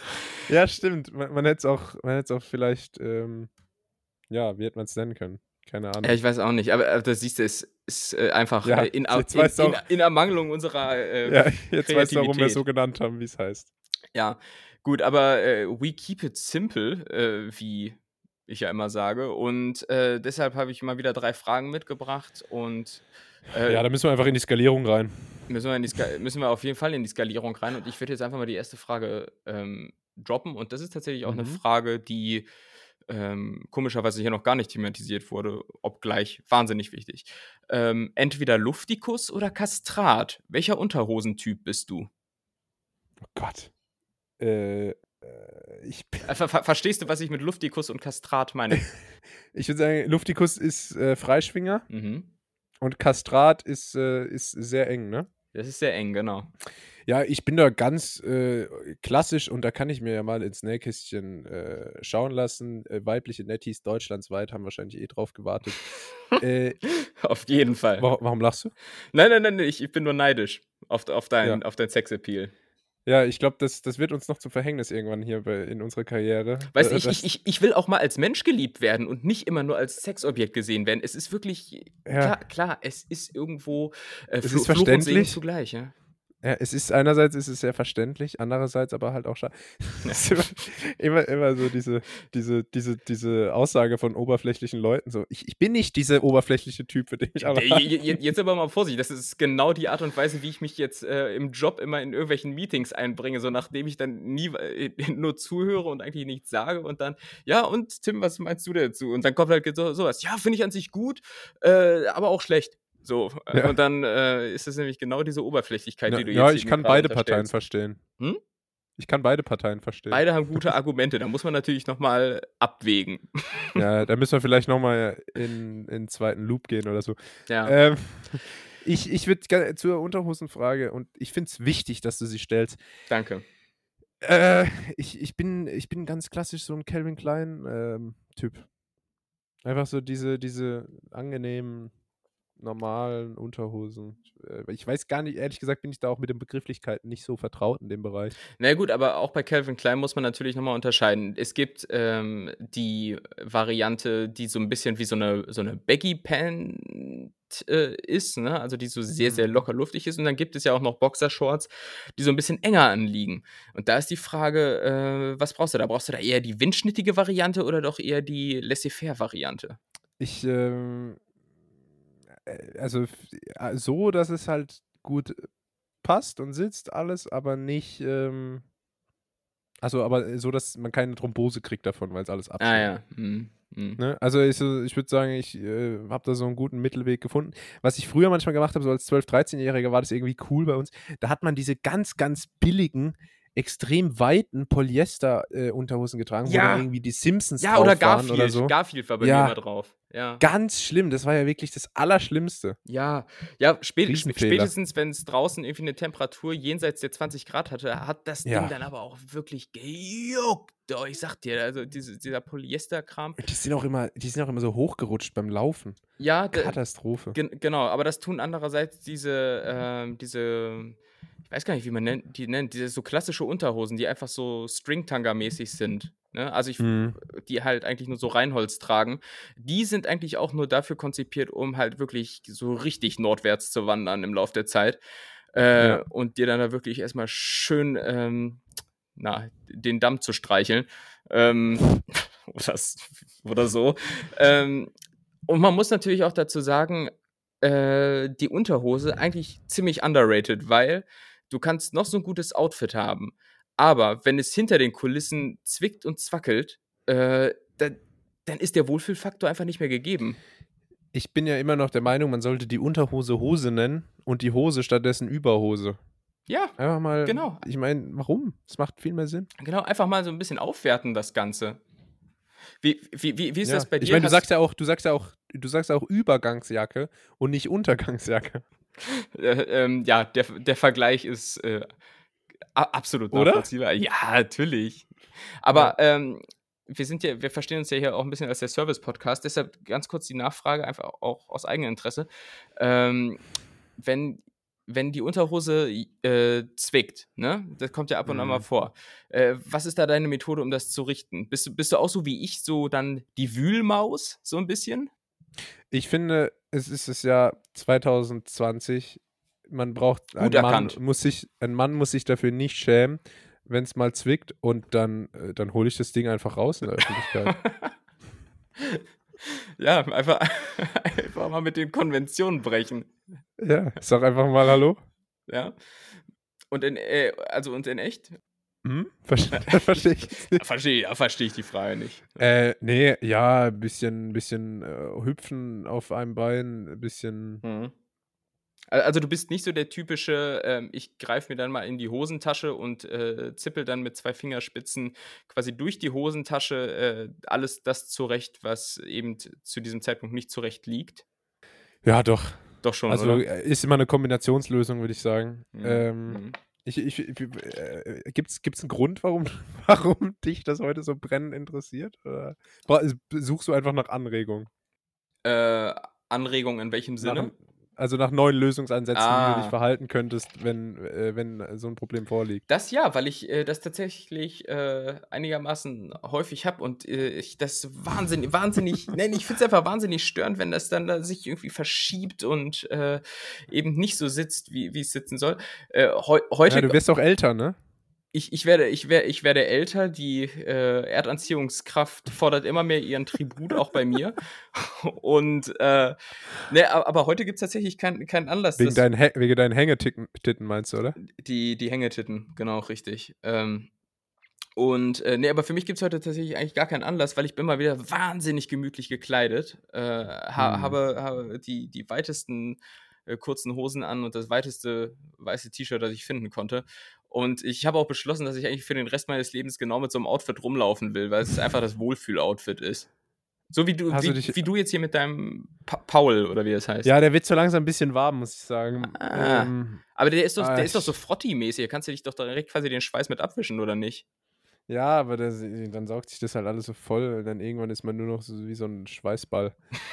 Ja, stimmt. Man hätte es auch vielleicht, ja, wie hätte man es nennen können? Keine Ja, Ahnung. ich weiß auch nicht, aber da siehst du, es ist, einfach, Ja, jetzt weißt du auch in Ermangelung unserer, ja, jetzt weißt du auch, warum wir es so Kreativität. genannt haben, wie es heißt. Ja, gut, aber, we keep it simple, wie ich ja immer sage. Und, deshalb habe ich mal wieder 3 Fragen mitgebracht und, Ja, da müssen wir einfach in die Skalierung rein. müssen wir auf jeden Fall in die Skalierung rein. Und ich würde jetzt einfach mal die erste Frage, droppen. Und das ist tatsächlich auch eine Mhm. Frage, die, komischerweise hier noch gar nicht thematisiert wurde, obgleich wahnsinnig wichtig. Entweder Luftikus oder Kastrat. Welcher Unterhosentyp bist du? Oh Gott. Äh, ich Verstehst du, was ich mit Luftikus und Kastrat meine? ich würde sagen, Luftikus ist, Freischwinger Mhm. und Kastrat ist sehr eng, ne? Das ist sehr eng, genau. Ja, ich bin da ganz, klassisch und da kann ich mir ja mal ins Nähkästchen, schauen lassen. Weibliche Netties deutschlandsweit haben wahrscheinlich eh drauf gewartet. Äh, Auf jeden Fall. warum lachst du? Nein, ich bin nur neidisch Ja. auf dein Sexappeal. Ja, ich glaube, das wird uns noch zum Verhängnis irgendwann hier in unserer Karriere. Weißt du, Das ich will auch mal als Mensch geliebt werden und nicht immer nur als Sexobjekt gesehen werden. Es ist wirklich ja, klar, es ist irgendwo, es ist Fluch und Segen verständlich. zugleich, ja? Ja, einerseits ist es sehr verständlich, andererseits aber halt auch es ist immer so diese Aussage von oberflächlichen Leuten so: „Ich bin nicht dieser oberflächliche Typ, für den mich alle halten.“ Jetzt aber mal Vorsicht, das ist genau die Art und Weise, wie ich mich jetzt, im Job immer in irgendwelchen Meetings einbringe, so nachdem ich dann nie nur zuhöre und eigentlich nichts sage und dann: „Ja, und Tim, was meinst du dazu?“ Und dann kommt halt so was: „Ja, finde ich an sich gut, aber auch schlecht.“ So, Ja. und dann, ist es nämlich genau diese Oberflächlichkeit, Ja, die du ja, jetzt hier ich mir kann grade beide Parteien unterstellst. verstehen. Hm? Ich kann beide Parteien verstehen. Beide haben gute Argumente, da muss man natürlich noch mal abwägen. Ja, da müssen wir vielleicht noch mal in 'n 2. Loop gehen oder so. Ja, Ähm, ich würde zur Unterhosenfrage und ich finde es wichtig, dass du sie stellst. danke. Äh, ich bin ganz klassisch so 'n Calvin Klein, Typ. Einfach so diese angenehmen, normalen Unterhosen. Ich weiß gar nicht, ehrlich gesagt bin ich da auch mit den Begrifflichkeiten nicht so vertraut in dem Bereich. Na ja gut, aber auch bei Calvin Klein muss man natürlich noch mal unterscheiden. Es gibt, die Variante, die so 'n bisschen wie so 'ne Baggy Pant, ist, ne? Also, die so sehr, sehr Mhm. locker luftig ist. Und dann gibt es ja auch noch Boxershorts, die so 'n bisschen enger anliegen. Und da ist die Frage, was brauchst du da? Brauchst du da eher die windschnittige Variante oder doch eher die Laissez-faire Variante? Ich, also, so, dass es halt gut passt und sitzt alles, aber nicht, aber so, dass man keine Thrombose kriegt davon, weil's alles Ah abschnürt, ja, mhm, mhm. ne? Also, ich würde sagen, ich, habe da so 'n guten Mittelweg gefunden. Was ich früher manchmal gemacht habe, so als 12-, 13-Jähriger war das irgendwie cool bei uns. Da hat man diese ganz, ganz billigen, extrem weiten Polyester, Unterhosen getragen, wo dann Ja, irgendwie die Simpsons ja, oder drauf waren oder Garfield. so. Garfield war bei mir immer Ja, drauf. Ja. ganz schlimm. Das war ja wirklich das Allerschlimmste. Ja, ja, Riesenfehler. spätestens, wenn's draußen irgendwie 'ne Temperatur jenseits der 20 Grad hatte, hat das Ding Ja. dann aber auch wirklich gejuckt. Oh, ich sage dir, also dieser Polyesterkram. Die sind auch immer so hochgerutscht beim Laufen. Ja, Katastrophe. genau, aber das tun andererseits diese ich weiß gar nicht, wie man die nennt, diese so klassische Unterhosen, die einfach so Stringtanga-mäßig sind, ne? Also, Mhm. die halt eigentlich nur so Reinholz tragen. Die sind eigentlich auch nur dafür konzipiert, um halt wirklich so richtig nordwärts zu wandern im Lauf der Zeit, Ja. und dir dann da wirklich erst mal schön, den Damm zu streicheln, ähm, oder oder so. Ähm, und man muss natürlich auch dazu sagen, die Unterhose eigentlich ziemlich underrated, weil du kannst noch so 'n gutes Outfit haben, aber wenn es hinter den Kulissen zwickt und zwackelt, dann ist der Wohlfühlfaktor einfach nicht mehr gegeben. Ich bin ja immer noch der Meinung, man sollte die Unterhose Hose nennen und die Hose stattdessen Überhose. Ja, Einfach mal genau. ich meine, warum? Es macht viel mehr Sinn. Genau, einfach mal so 'n bisschen aufwerten, das Ganze. Wie ist das Ja. bei Ich dir? meine, du sagst ja auch Übergangsjacke und nicht Untergangsjacke, Ja, der Vergleich ist, absolut oder? nachvollziehbar. Ja, natürlich. Ja. Aber, wir verstehen uns ja hier auch 'n bisschen als der Service-Podcast, deshalb ganz kurz die Nachfrage, einfach auch aus eigenem Interesse. Ähm, wenn wenn die Unterhose zwickt, ne? Das kommt ja ab und an mal Mhm. vor. Was ist da deine Methode, um das zu richten? Bist du auch so wie ich, so dann die Wühlmaus, so ein bisschen? Ich finde, es ist das Jahr 2020. Man braucht Gut erkannt. ein Mann muss sich dafür nicht schämen, wenn es mal zwickt und dann hole ich das Ding einfach raus in der Öffentlichkeit. Ja, einfach einfach mal mit den Konventionen brechen, Ja, sag einfach mal hallo. ja? Und in echt? Verstehe ich jetzt nicht. Verstehe ich die Frage nicht. Ne, ja, bisschen, hüpfen auf einem Bein, bisschen Mhm. Also, du bist nicht so der typische, ich greife mir dann mal in die Hosentasche und, zippel dann mit 2 Fingerspitzen quasi durch die Hosentasche, alles das zurecht, was eben zu diesem Zeitpunkt nicht zurecht liegt? ja doch. Doch schon, Also, oder? ist immer 'ne Kombinationslösung, würde ich sagen. Mhm, mhm. Gibt's 'n Grund, warum warum dich das heute so brennend interessiert? Oder suchst du einfach nach Anregung? Äh, Anregung in welchem Nach Sinne? 'n Also, nach neuen Lösungsansätzen, wie du dich Ah. verhalten könntest, wenn so 'n Problem vorliegt? Das ja, weil ich, das tatsächlich, einigermaßen häufig habe und, ich das wahnsinnig ich finde es einfach wahnsinnig störend, wenn das dann da sich irgendwie verschiebt und, eben nicht so sitzt, wie es sitzen soll. Ja, Heute du wirst auch älter, ne? ich werde älter, die, Erdanziehungskraft fordert immer mehr ihren Tribut, auch bei mir. Und, ne, aber heute gibt's tatsächlich keinen Anlass, das Wegen deinen Titten meinst du, oder? die Hängetitten, genau, richtig. Ne, aber für mich gibt's heute tatsächlich eigentlich gar keinen Anlass, weil ich bin mal wieder wahnsinnig gemütlich gekleidet, Mhm. habe die weitesten, kurzen Hosen an und das weiteste weiße T-Shirt, das ich finden konnte. Und ich habe auch beschlossen, dass ich eigentlich für den Rest meines Lebens genau mit so 'nem Outfit rumlaufen will, weil es einfach das Wohlfühl-Outfit ist. So wie du Hast du wie dich wie du jetzt hier mit deinem Paul oder wie das heißt. Ja, der wird so langsam 'n bisschen warm, muss ich sagen. Ah, aber der ist doch so Ich Frotti-mäßig, da kannst du dich doch direkt quasi den Schweiß mit abwischen, oder nicht? Ja, aber dann saugt sich das halt alles so voll und dann irgendwann ist man nur noch so wie so 'n Schweißball.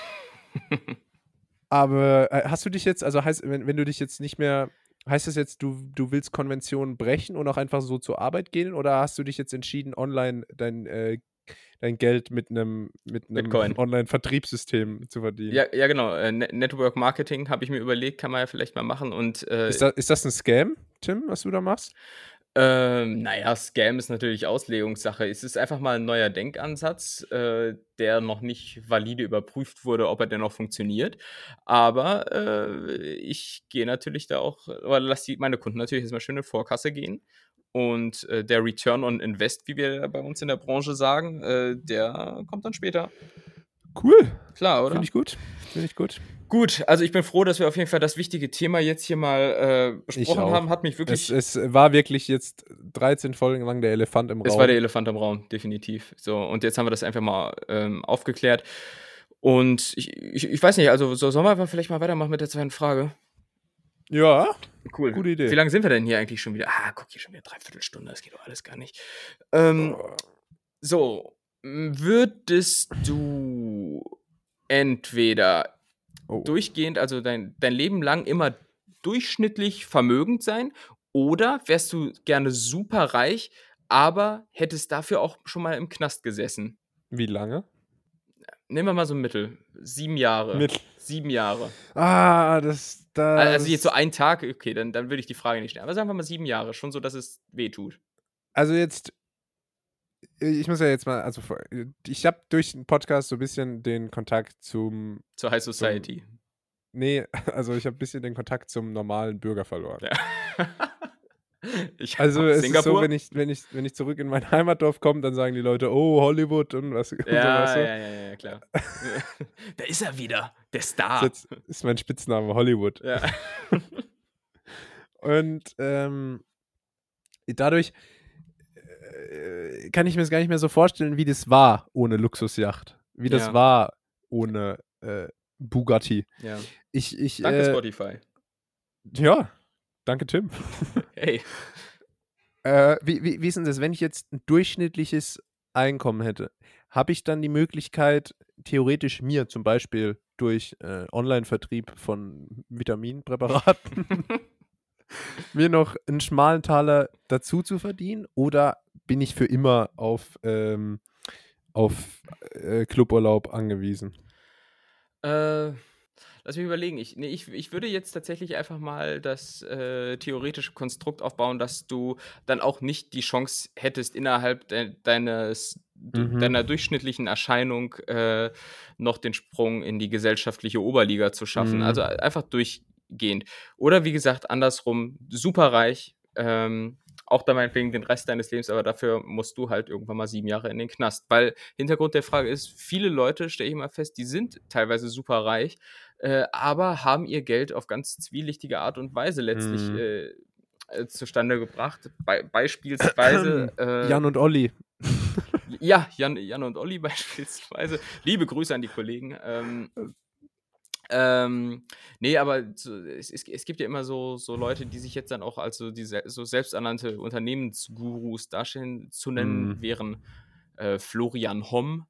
Aber, hast du dich jetzt also, heißt wenn du dich jetzt nicht mehr heißt das jetzt, du willst Konventionen brechen und auch einfach so zur Arbeit gehen oder hast du dich jetzt entschieden, online dein Geld mit 'nem Bitcoin. Online-Vertriebssystem zu verdienen? Ja, genau, Network Marketing habe ich mir überlegt, kann man ja vielleicht mal machen und, Ist das 'n Scam, Tim, was du da machst? na ja, Scam ist natürlich Auslegungssache. Es ist einfach mal 'n neuer Denkansatz, der noch nicht valide überprüft wurde, ob er denn noch funktioniert. Aber, ich gehe natürlich da auch oder lasse die meine Kunden natürlich erst mal schön in Vorkasse gehen. Und, der Return on Invest, wie wir bei uns in der Branche sagen, der kommt dann später. Cool, Klar, finde oder? ich gut, finde ich gut. Gut, also ich bin froh, dass wir auf jeden Fall das wichtige Thema jetzt hier mal, Ich besprochen haben. auch. Hat mich wirklich Es war wirklich jetzt 13 Folgen lang der Elefant im Es war der Raum. Elefant im Raum, definitiv. So, und jetzt haben wir das einfach mal, aufgeklärt. Und ich weiß nicht, also sollen wir einfach vielleicht mal weitermachen mit der zweiten Frage? Ja, Cool. gute Wie Idee. lange sind wir denn hier eigentlich schon wieder? Guck, hier schon wieder 3/4 Stunde, das geht doch alles gar nicht. Ähm, so, würdest du entweder Oh. durchgehend, also dein Leben lang immer durchschnittlich vermögend sein oder wärst du gerne superreich, aber hättest dafür auch schon mal im Knast gesessen? Wie lange? Nehmen wir mal so 'n Mittel. 7 Jahre. Mit 7 Jahre. das Also jetzt so das ein Tag, okay, dann würde ich die Frage nicht stellen. Aber sagen wir mal 7 Jahre, schon so, dass es wehtut. also jetzt ich muss ja jetzt mal also, ich habe durch 'n Podcast so 'n bisschen den Kontakt Zur High zum Society. ne, also, ich habe bisschen den Kontakt zum normalen Bürger verloren. Ja. Ich Also, auch. es ist so, Singapur? wenn ich zurück in mein Heimatdorf komme, dann sagen die Leute: „Oh, Hollywood“ und was und so, weißt Ja, du? ja, klar. Da ist er wieder, der Ist Star. jetzt ist mein Spitzname Hollywood. Ja. Und, dadurch, kann ich mir's gar nicht mehr so vorstellen, wie das war ohne Luxusjacht, wie das Ja, war ohne, Bugatti. ja. Ich, Danke Spotify. ja, danke Tim. Hey. Wie ist denn das, wenn ich jetzt 'n durchschnittliches Einkommen hätte? Habe ich dann die Möglichkeit, theoretisch mir zum Beispiel durch, Onlinevertrieb von Vitaminpräparaten mir noch einen schmalen Taler dazu zu verdienen oder bin ich für immer auf Cluburlaub angewiesen? Äh, lass mich überlegen. Ich würde jetzt tatsächlich einfach mal das theoretische Konstrukt aufbauen, dass du dann auch nicht die Chance hättest, innerhalb Mhm. deiner durchschnittlichen Erscheinung noch den Sprung in die gesellschaftliche Oberliga zu schaffen. Also Mhm. einfach durchgehend. Oder wie gesagt, andersrum, superreich, auch dann meinetwegen den Rest deines Lebens, aber dafür musst du halt irgendwann mal 7 Jahre in den Knast. Weil Hintergrund der Frage ist, viele Leute, stelle ich mal fest, die sind teilweise super reich, aber haben ihr Geld auf ganz zwielichtige Art und Weise letztlich Mhm. zustande gebracht. Beispielsweise, Jan und Olli. ja, Jan und Olli beispielsweise. Liebe Grüße an die Kollegen. Ne, aber es gibt ja immer so Leute, die sich jetzt dann auch als so selbsternannte Unternehmensgurus darstellen. Zu nennen Mhm. wären, Florian Homm,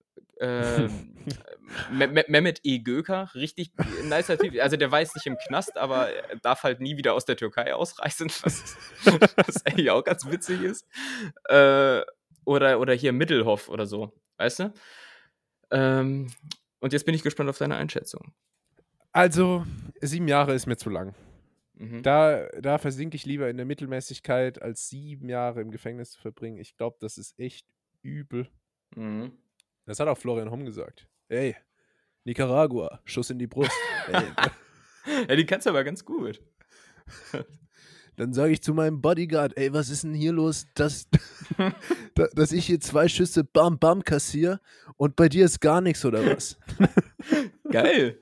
Mehmet E. Göker, richtig nicer Typ. Also, der war jetzt nicht im Knast, aber er darf halt nie wieder aus der Türkei ausreisen, was eigentlich auch ganz witzig ist. Äh, oder hier Middelhoff oder so, weißt du? Ähm, und jetzt bin ich gespannt auf deine Einschätzung. Also, 7 Jahre ist mir zu lang. Mhm. Da versinke ich lieber in der Mittelmäßigkeit, als 7 Jahre im Gefängnis zu verbringen. Ich glaube, das ist echt übel. Mhm. Das hat auch Florian Homm gesagt. Ey, Nicaragua, Schuss in die Brust. Ey, Ja, die kannst du aber ganz gut. dann sage ich zu meinem Bodyguard, ey, was ist denn hier los, dass ich hier 2 Schüsse Bam Bam kassiere und bei dir ist gar nichts oder was? Geil.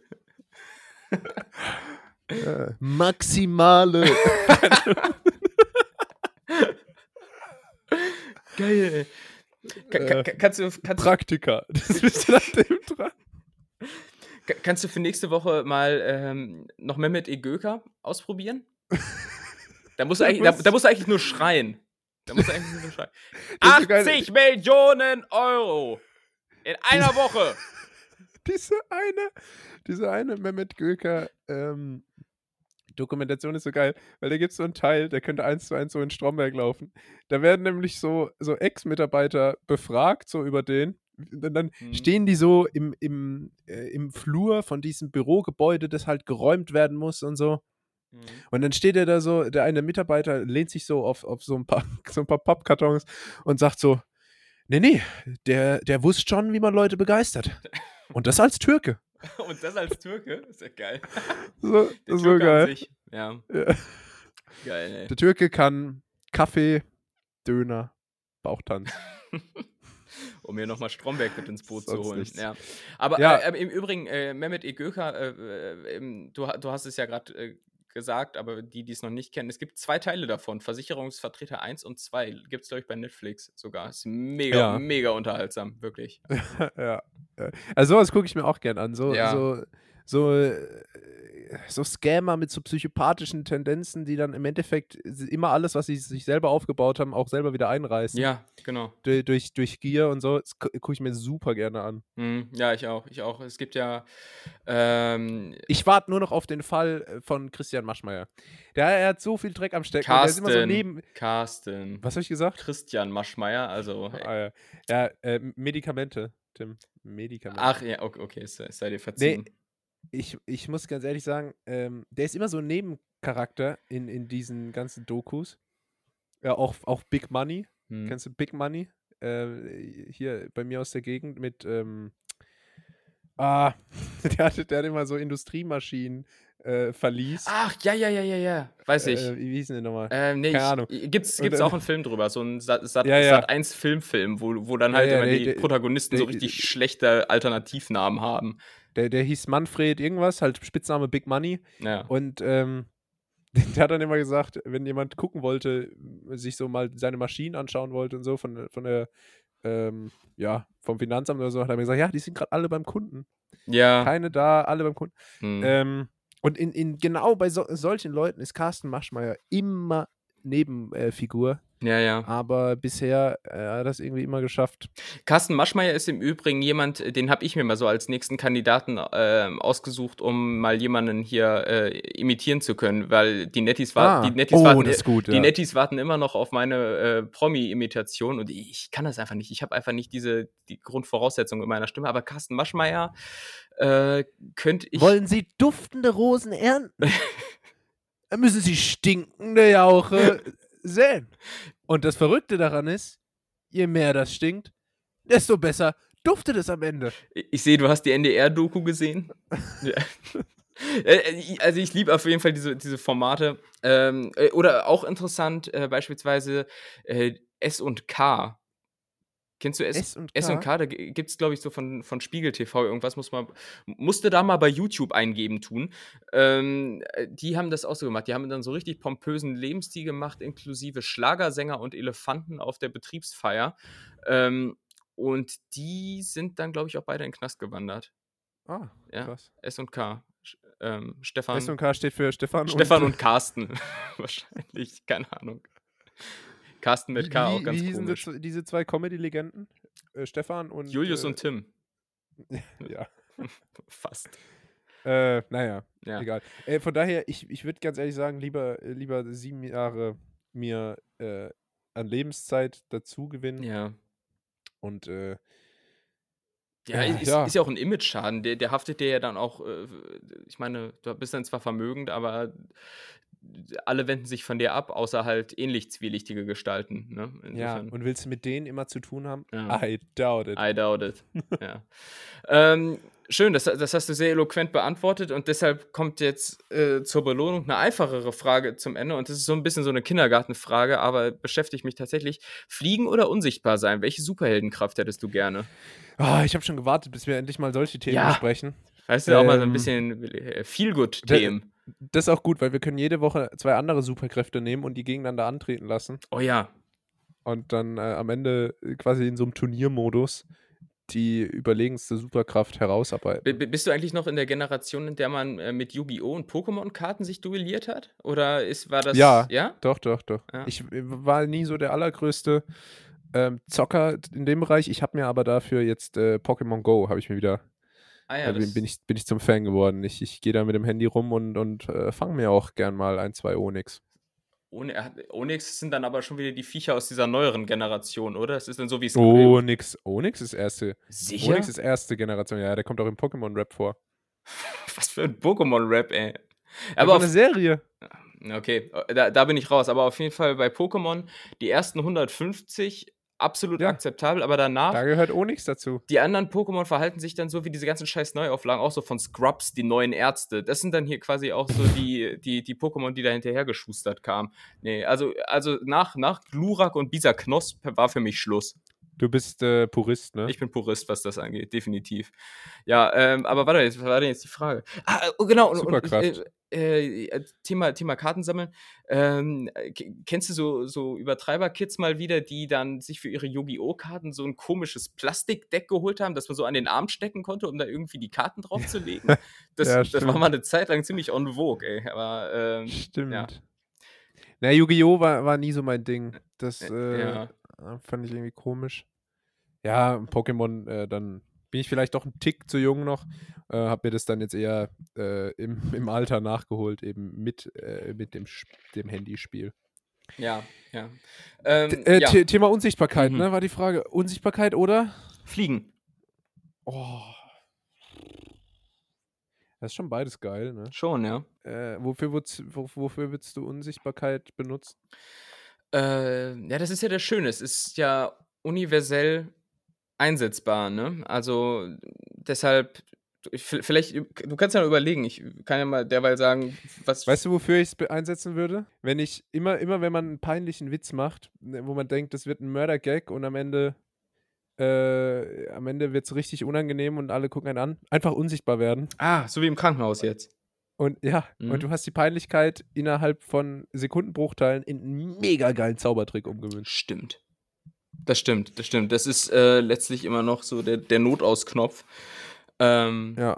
Maximale. Geil, ey. Kannst du Praktika. Das bist du nach dem dran. kannst du für nächste Woche mal, noch Mehmet E. Göker ausprobieren? Der muss, Da musst du eigentlich nur schreien. Da musst du eigentlich nur schreien. das ist so geil. 80 Millionen € in einer Woche. Diese eine Mehmet Göker Dokumentation ist so geil, weil da gibt es so einen Teil, der könnte 1:1 so in Stromberg laufen. Da werden nämlich so Ex-Mitarbeiter befragt, so über den. Und dann Mhm. stehen die so im Flur von diesem Bürogebäude, das halt geräumt werden muss und so. Mhm. Und dann steht er da so, der eine Mitarbeiter lehnt sich so auf so ein paar, so ein paar Pappkartons und sagt so: Nee, der wusste schon, wie man Leute begeistert. Und das als Türke. Und das als Türke? Ist ja geil. Der So Türke an geil. sich. Ja, Ja. geil, ey. Der Türke kann Kaffee, Döner, Bauchtanz. Um mir nochmal Stromberg mit ins Boot zu Sonst holen. nichts. Ja. Aber Ja, im Übrigen, Mehmet E. Göker, du hast es ja gerade gesagt, aber die es noch nicht kennen, es gibt 2 Teile davon. Versicherungsvertreter 1 und 2. Gibt es, glaube ich, bei Netflix sogar. Ist mega, ja. mega unterhaltsam, wirklich. Ja. Also sowas gucke ich mir auch gern an. Ja. So, so Scammer mit so psychopathischen Tendenzen, die dann im Endeffekt immer alles, was sie sich selber aufgebaut haben, auch selber wieder einreißen. Ja, genau. Durch Gier und so. Das gucke ich mir super gerne an. Mhm. Ja, ich auch. Ich auch. Es gibt ja. Ich warte nur noch auf den Fall von Christian Maschmeyer. Er hat so viel Dreck am Stecken und der ist immer so neben. Carsten. Was habe ich gesagt? Christian Maschmeyer, also. Ah, ja, ja Medikamente, Tim. Ach Medikamente. ja, okay, es sei dir Nee, verziehen. ich muss ganz ehrlich sagen, der ist immer so ein Nebencharakter in diesen ganzen Dokus. Ja, auch Big Money. Hm. Kennst du Big Money? Hier bei mir aus der Gegend mit, der hat immer so Industriemaschinen verleast. Ach, ja. Weiß ich. Wie hießen die nochmal? Ne, Keine Ahnung. Und gibt's dann, auch einen Film drüber, so 'n ja, ja, Sat.1 Filmfilm, wo dann ja, halt ja, immer die Protagonisten so richtig schlechte Alternativnamen haben. der hieß Manfred irgendwas, halt Spitzname Big Money. Ja. Und der hat dann immer gesagt, wenn jemand gucken wollte, sich so mal seine Maschinen anschauen wollte und so von der, vom Finanzamt oder so, hat er mir gesagt, ja, die sind gerade alle beim Kunden. Ja. Keine da, alle beim Kunden. Mhm. Und genau bei solchen Leuten ist Carsten Maschmeyer immer Nebenfigur. Ja, ja. Aber bisher hat er das irgendwie immer geschafft. Carsten Maschmeyer ist im Übrigen jemand, den habe ich mir mal so als nächsten Kandidaten ausgesucht, um mal jemanden hier imitieren zu können, weil die Netties Das ist gut, die ja. Netties warten immer noch auf meine Promi-Imitation und ich kann das einfach nicht. Ich habe einfach nicht die Grundvoraussetzung in meiner Stimme, aber Carsten Maschmeyer könnte ich. Wollen Sie duftende Rosen ernten? Dann müssen Sie stinkende Jauche säen. Und das Verrückte daran ist, je mehr das stinkt, desto besser duftet es am Ende. Ich sehe, du hast die NDR-Doku gesehen. Ja. Also ich liebe auf jeden Fall diese Formate. Oder auch interessant, beispielsweise S&K. Kennst du S&K? S&K? Da gibt es, glaube ich, so von Spiegel TV irgendwas, musste da mal bei YouTube eingeben tun. Die haben das auch so gemacht. Die haben dann so richtig pompösen Lebensstil gemacht, inklusive Schlagersänger und Elefanten auf der Betriebsfeier. Und die sind dann, glaube ich, auch beide in den Knast gewandert. Ah, Ja, krass. S&K. Stefan S&K steht für Stefan und Carsten. Wahrscheinlich, keine Ahnung. Carsten mit K auch ganz wie hießen komisch. diese zwei Comedy-Legenden? Stefan und Julius und Tim. ja. Fast. Naja, Ja. egal. Von daher, ich würde ganz ehrlich sagen, lieber 7 Jahre mir an Lebenszeit dazu gewinnen. Ja. Und Ja, ist ja auch ein Image-Schaden. Der haftet dir ja dann auch, ich meine, du bist dann zwar vermögend, aber alle wenden sich von dir ab, außer halt ähnlich zwielichtige Gestalten. Ne? ja, Insofern. und willst du mit denen immer zu tun haben? Ja. I doubt it. I doubt it. Ja. Schön, das hast du sehr eloquent beantwortet und deshalb kommt jetzt zur Belohnung eine einfachere Frage zum Ende und das ist so ein bisschen so eine Kindergartenfrage, aber beschäftigt mich tatsächlich. Fliegen oder unsichtbar sein? Welche Superheldenkraft hättest du gerne? Ich habe schon gewartet, bis wir endlich mal solche Themen besprechen. Weißt du, auch mal so ein bisschen Feel-Good-Themen. Das ist auch gut, weil wir können jede Woche 2 andere Superkräfte nehmen und die gegeneinander antreten lassen. Oh ja. Und dann am Ende quasi in so einem Turniermodus die überlegenste Superkraft herausarbeiten. Bist du eigentlich noch in der Generation, in der man mit Yu-Gi-Oh! Und Pokémon-Karten sich duelliert hat? Oder war das. Ja, Ja? doch. Ja. Ich war nie so der allergrößte Zocker in dem Bereich. Ich habe mir aber dafür jetzt Pokémon Go, habe ich mir wieder. Bin ich zum Fan geworden. Ich gehe da mit dem Handy rum und fange mir auch gern mal 1, 2 Onyx. Onyx sind dann aber schon wieder die Viecher aus dieser neueren Generation, oder? Das ist dann so wie Onyx ist erste. Sicher? Onyx ist erste Generation, ja, der kommt auch im Pokémon-Rap vor. Was für ein Pokémon-Rap, ey. Aber eine Serie. Okay, da bin ich raus. Aber auf jeden Fall bei Pokémon, die ersten 150 absolut akzeptabel, aber danach. Da gehört Onyx dazu. Die anderen Pokémon verhalten sich dann so wie diese ganzen scheiß Neuauflagen, auch so von Scrubs, die neuen Ärzte. Das sind dann hier quasi auch so die Pokémon, die da hinterher geschustert kamen. Nee, also nach Glurak und Bisaknosp war für mich Schluss. Du bist Purist, ne? Ich bin Purist, was das angeht, definitiv. Ja, aber warte, was war denn jetzt die Frage? Genau. Superkraft. Thema Kartensammeln. Kennst du so Übertreiber-Kids mal wieder, die dann sich für ihre Yu-Gi-Oh! Karten so ein komisches Plastikdeck geholt haben, das man so an den Arm stecken konnte, um da irgendwie die Karten drauf zu legen? Das war mal eine Zeit lang ziemlich en vogue, ey. Aber, stimmt. Ja. Na, Yu-Gi-Oh! war nie so mein Ding. Das fand ich irgendwie komisch. Ja, Pokémon, dann bin ich vielleicht doch ein Tick zu jung noch. Hab mir das dann jetzt eher im Alter nachgeholt, eben mit dem Handyspiel. Ja. Thema Unsichtbarkeit, ne, war die Frage. Unsichtbarkeit oder? Fliegen. Oh. Das ist schon beides geil, ne? Schon, ja. Wofür würdest du Unsichtbarkeit benutzen? Ja, das ist ja das Schöne. Es ist ja universell einsetzbar, ne? Also deshalb, vielleicht, du kannst ja mal überlegen, ich kann ja mal derweil sagen, was. Weißt du, wofür ich es einsetzen würde? Wenn ich immer, wenn man einen peinlichen Witz macht, wo man denkt, das wird ein Mörder-Gag und am Ende wird es richtig unangenehm und alle gucken einen an, einfach unsichtbar werden. So wie im Krankenhaus jetzt. Und und du hast die Peinlichkeit innerhalb von Sekundenbruchteilen in einen mega geilen Zaubertrick umgewünscht. Stimmt. Das stimmt. Das ist letztlich immer noch so der Notausknopf. Ja,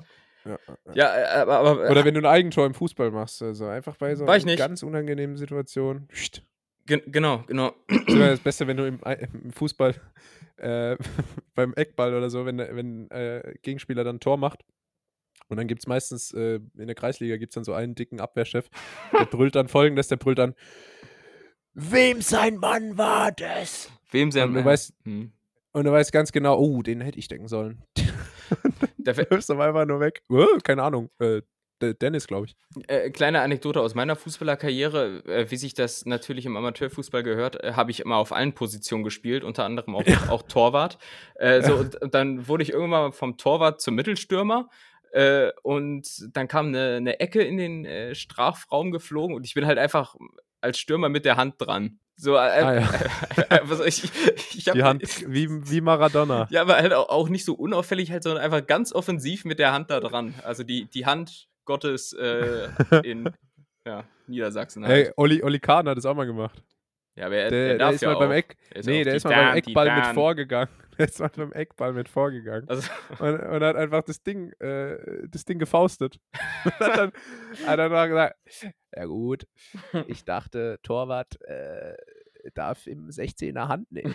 aber. Oder wenn du ein Eigentor im Fußball machst, also einfach bei so War ich nicht. ganz unangenehmen Situationen. Genau, genau. Sogar das Beste, wenn du im Fußball beim Eckball oder so, wenn Gegenspieler dann ein Tor macht und dann gibt es meistens in der Kreisliga gibt es dann so einen dicken Abwehrchef, der brüllt dann Folgendes, der brüllt dann: Wem sein Mann war das? Wem Und sein du weißt, Hm. und du weißt ganz genau, oh, den hätte ich denken sollen. Da Du fä- läufst auf einmal nur weg. Keine Ahnung. Dennis, glaube ich. Kleine Anekdote aus meiner Fußballerkarriere, wie sich das natürlich im Amateurfußball gehört, habe ich immer auf allen Positionen gespielt, unter anderem auch Torwart. Und dann wurde ich irgendwann mal vom Torwart zum Mittelstürmer. Und dann kam eine Ecke in den Strafraum geflogen und ich bin halt einfach als Stürmer mit der Hand dran. So, Ja. also ich hab, Die Hand, wie Maradona. Ja, aber halt auch nicht so unauffällig, halt, sondern einfach ganz offensiv mit der Hand da dran. Also die Hand Gottes in Niedersachsen halt. Ey, Oli Kahn hat das auch mal gemacht. Ja, aber er Der darf ist ja mal beim auch. Der ist mal beim Eckball mit vorgegangen. Der ist mal beim Eckball mit vorgegangen. Also, Und hat einfach das Ding gefaustet. Und hat dann mal gesagt, ja gut, ich dachte, Torwart darf im 16er Hand nehmen.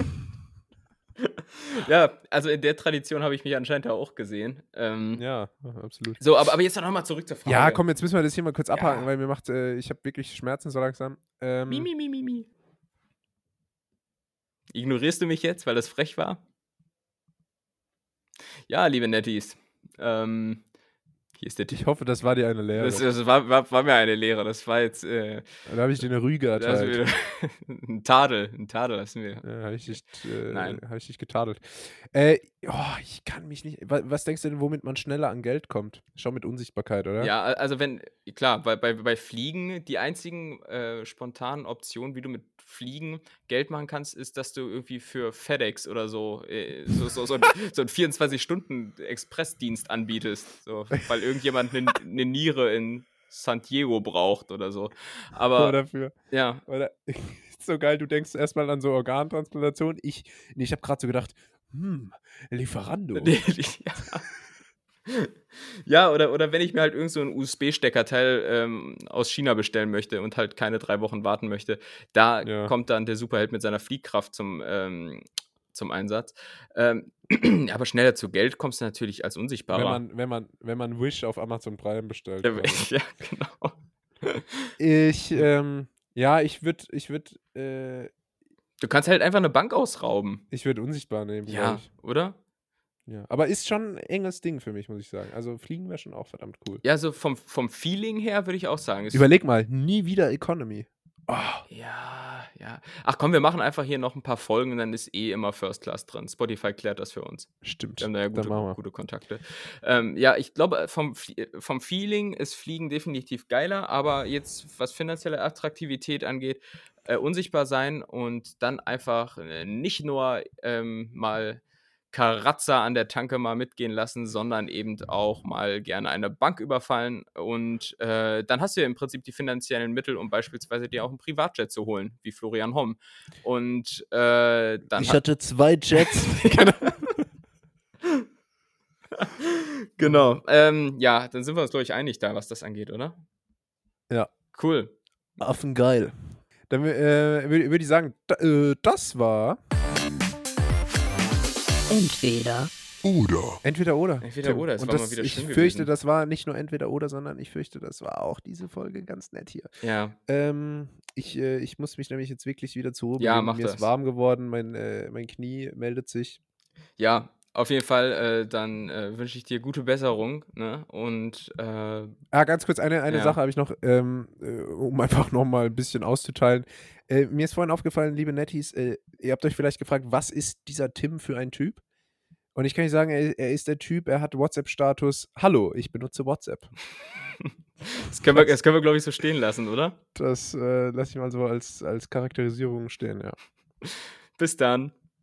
ja, also in der Tradition habe ich mich anscheinend auch gesehen. Ja, absolut. So, aber jetzt noch mal zurück zur Frage. Ja, komm, jetzt müssen wir das hier mal kurz abhaken, Ja. weil ich habe wirklich Schmerzen so langsam. Mi. Ignorierst du mich jetzt, weil das frech war? Ja, liebe Netties. Hier ist der Ich hoffe, das war dir eine Lehre. Das war mir eine Lehre. Das war jetzt. Da habe ich dir eine Rüge erteilt. Ein Tadel hast du mir. Ja, habe ich Nein. dich getadelt. Ich kann mich nicht. Was denkst du denn, womit man schneller an Geld kommt? Schon mit Unsichtbarkeit, oder? Ja, also klar, bei Fliegen die einzigen spontanen Optionen, wie du mit Fliegen Geld machen kannst, ist, dass du irgendwie für FedEx oder so so einen 24-Stunden-Expressdienst anbietest. So, weil irgendjemand eine Niere in San Diego braucht oder so. Aber Oder für. ja. Oder, so geil, du denkst erstmal an so Organtransplantation. Ich habe gerade so gedacht, Lieferando. Ja, oder wenn ich mir halt irgend so ein USB-Steckerteil aus China bestellen möchte und halt keine 3 Wochen warten möchte, da kommt dann der Superheld mit seiner Fliehkraft zum Einsatz. Aber schneller zu Geld kommst du natürlich als Unsichtbarer. Wenn man Wish auf Amazon Prime bestellt. Ja, genau. Ich würde. Du kannst halt einfach eine Bank ausrauben. Ich würde unsichtbar nehmen, ja, ich. Oder? Ja, aber ist schon ein enges Ding für mich, muss ich sagen. Also Fliegen wäre schon auch verdammt cool. Ja, so vom Feeling her würde ich auch sagen. Überleg mal, nie wieder Economy. Oh. Ja. Ach komm, wir machen einfach hier noch ein paar Folgen und dann ist immer First Class drin. Spotify klärt das für uns. Stimmt. Wir haben da ja gute Kontakte. Ich glaube, vom Feeling ist Fliegen definitiv geiler, aber jetzt, was finanzielle Attraktivität angeht, unsichtbar sein und dann einfach nicht nur mal Karatzer an der Tanke mal mitgehen lassen, sondern eben auch mal gerne eine Bank überfallen und dann hast du ja im Prinzip die finanziellen Mittel, um beispielsweise dir auch ein Privatjet zu holen, wie Florian Homm. Und dann ich hatte 2 Jets. Genau. Dann sind wir uns, glaube ich, einig da, was das angeht, oder? Ja. Cool. Affengeil. Dann würde ich sagen, das war Entweder oder. Entweder oder. Und Das war mal wieder ich schön fürchte, gewesen. das war nicht nur entweder oder, sondern ich fürchte, das war auch diese Folge ganz nett hier. Ja. Ich muss mich nämlich jetzt wirklich wieder zur Ruhe Ja, begeben. Mir ist warm geworden, mein Knie meldet sich. Ja, auf jeden Fall, dann wünsche ich dir gute Besserung, ne? Und ganz kurz, eine Sache habe ich noch, um einfach nochmal ein bisschen auszuteilen. Mir ist vorhin aufgefallen, liebe Netties, ihr habt euch vielleicht gefragt, was ist dieser Tim für ein Typ? Und ich kann euch sagen, er ist der Typ, er hat WhatsApp-Status, hallo, ich benutze WhatsApp. Das können wir, glaube ich, so stehen lassen, oder? Das lasse ich mal so als Charakterisierung stehen, ja. Bis dann.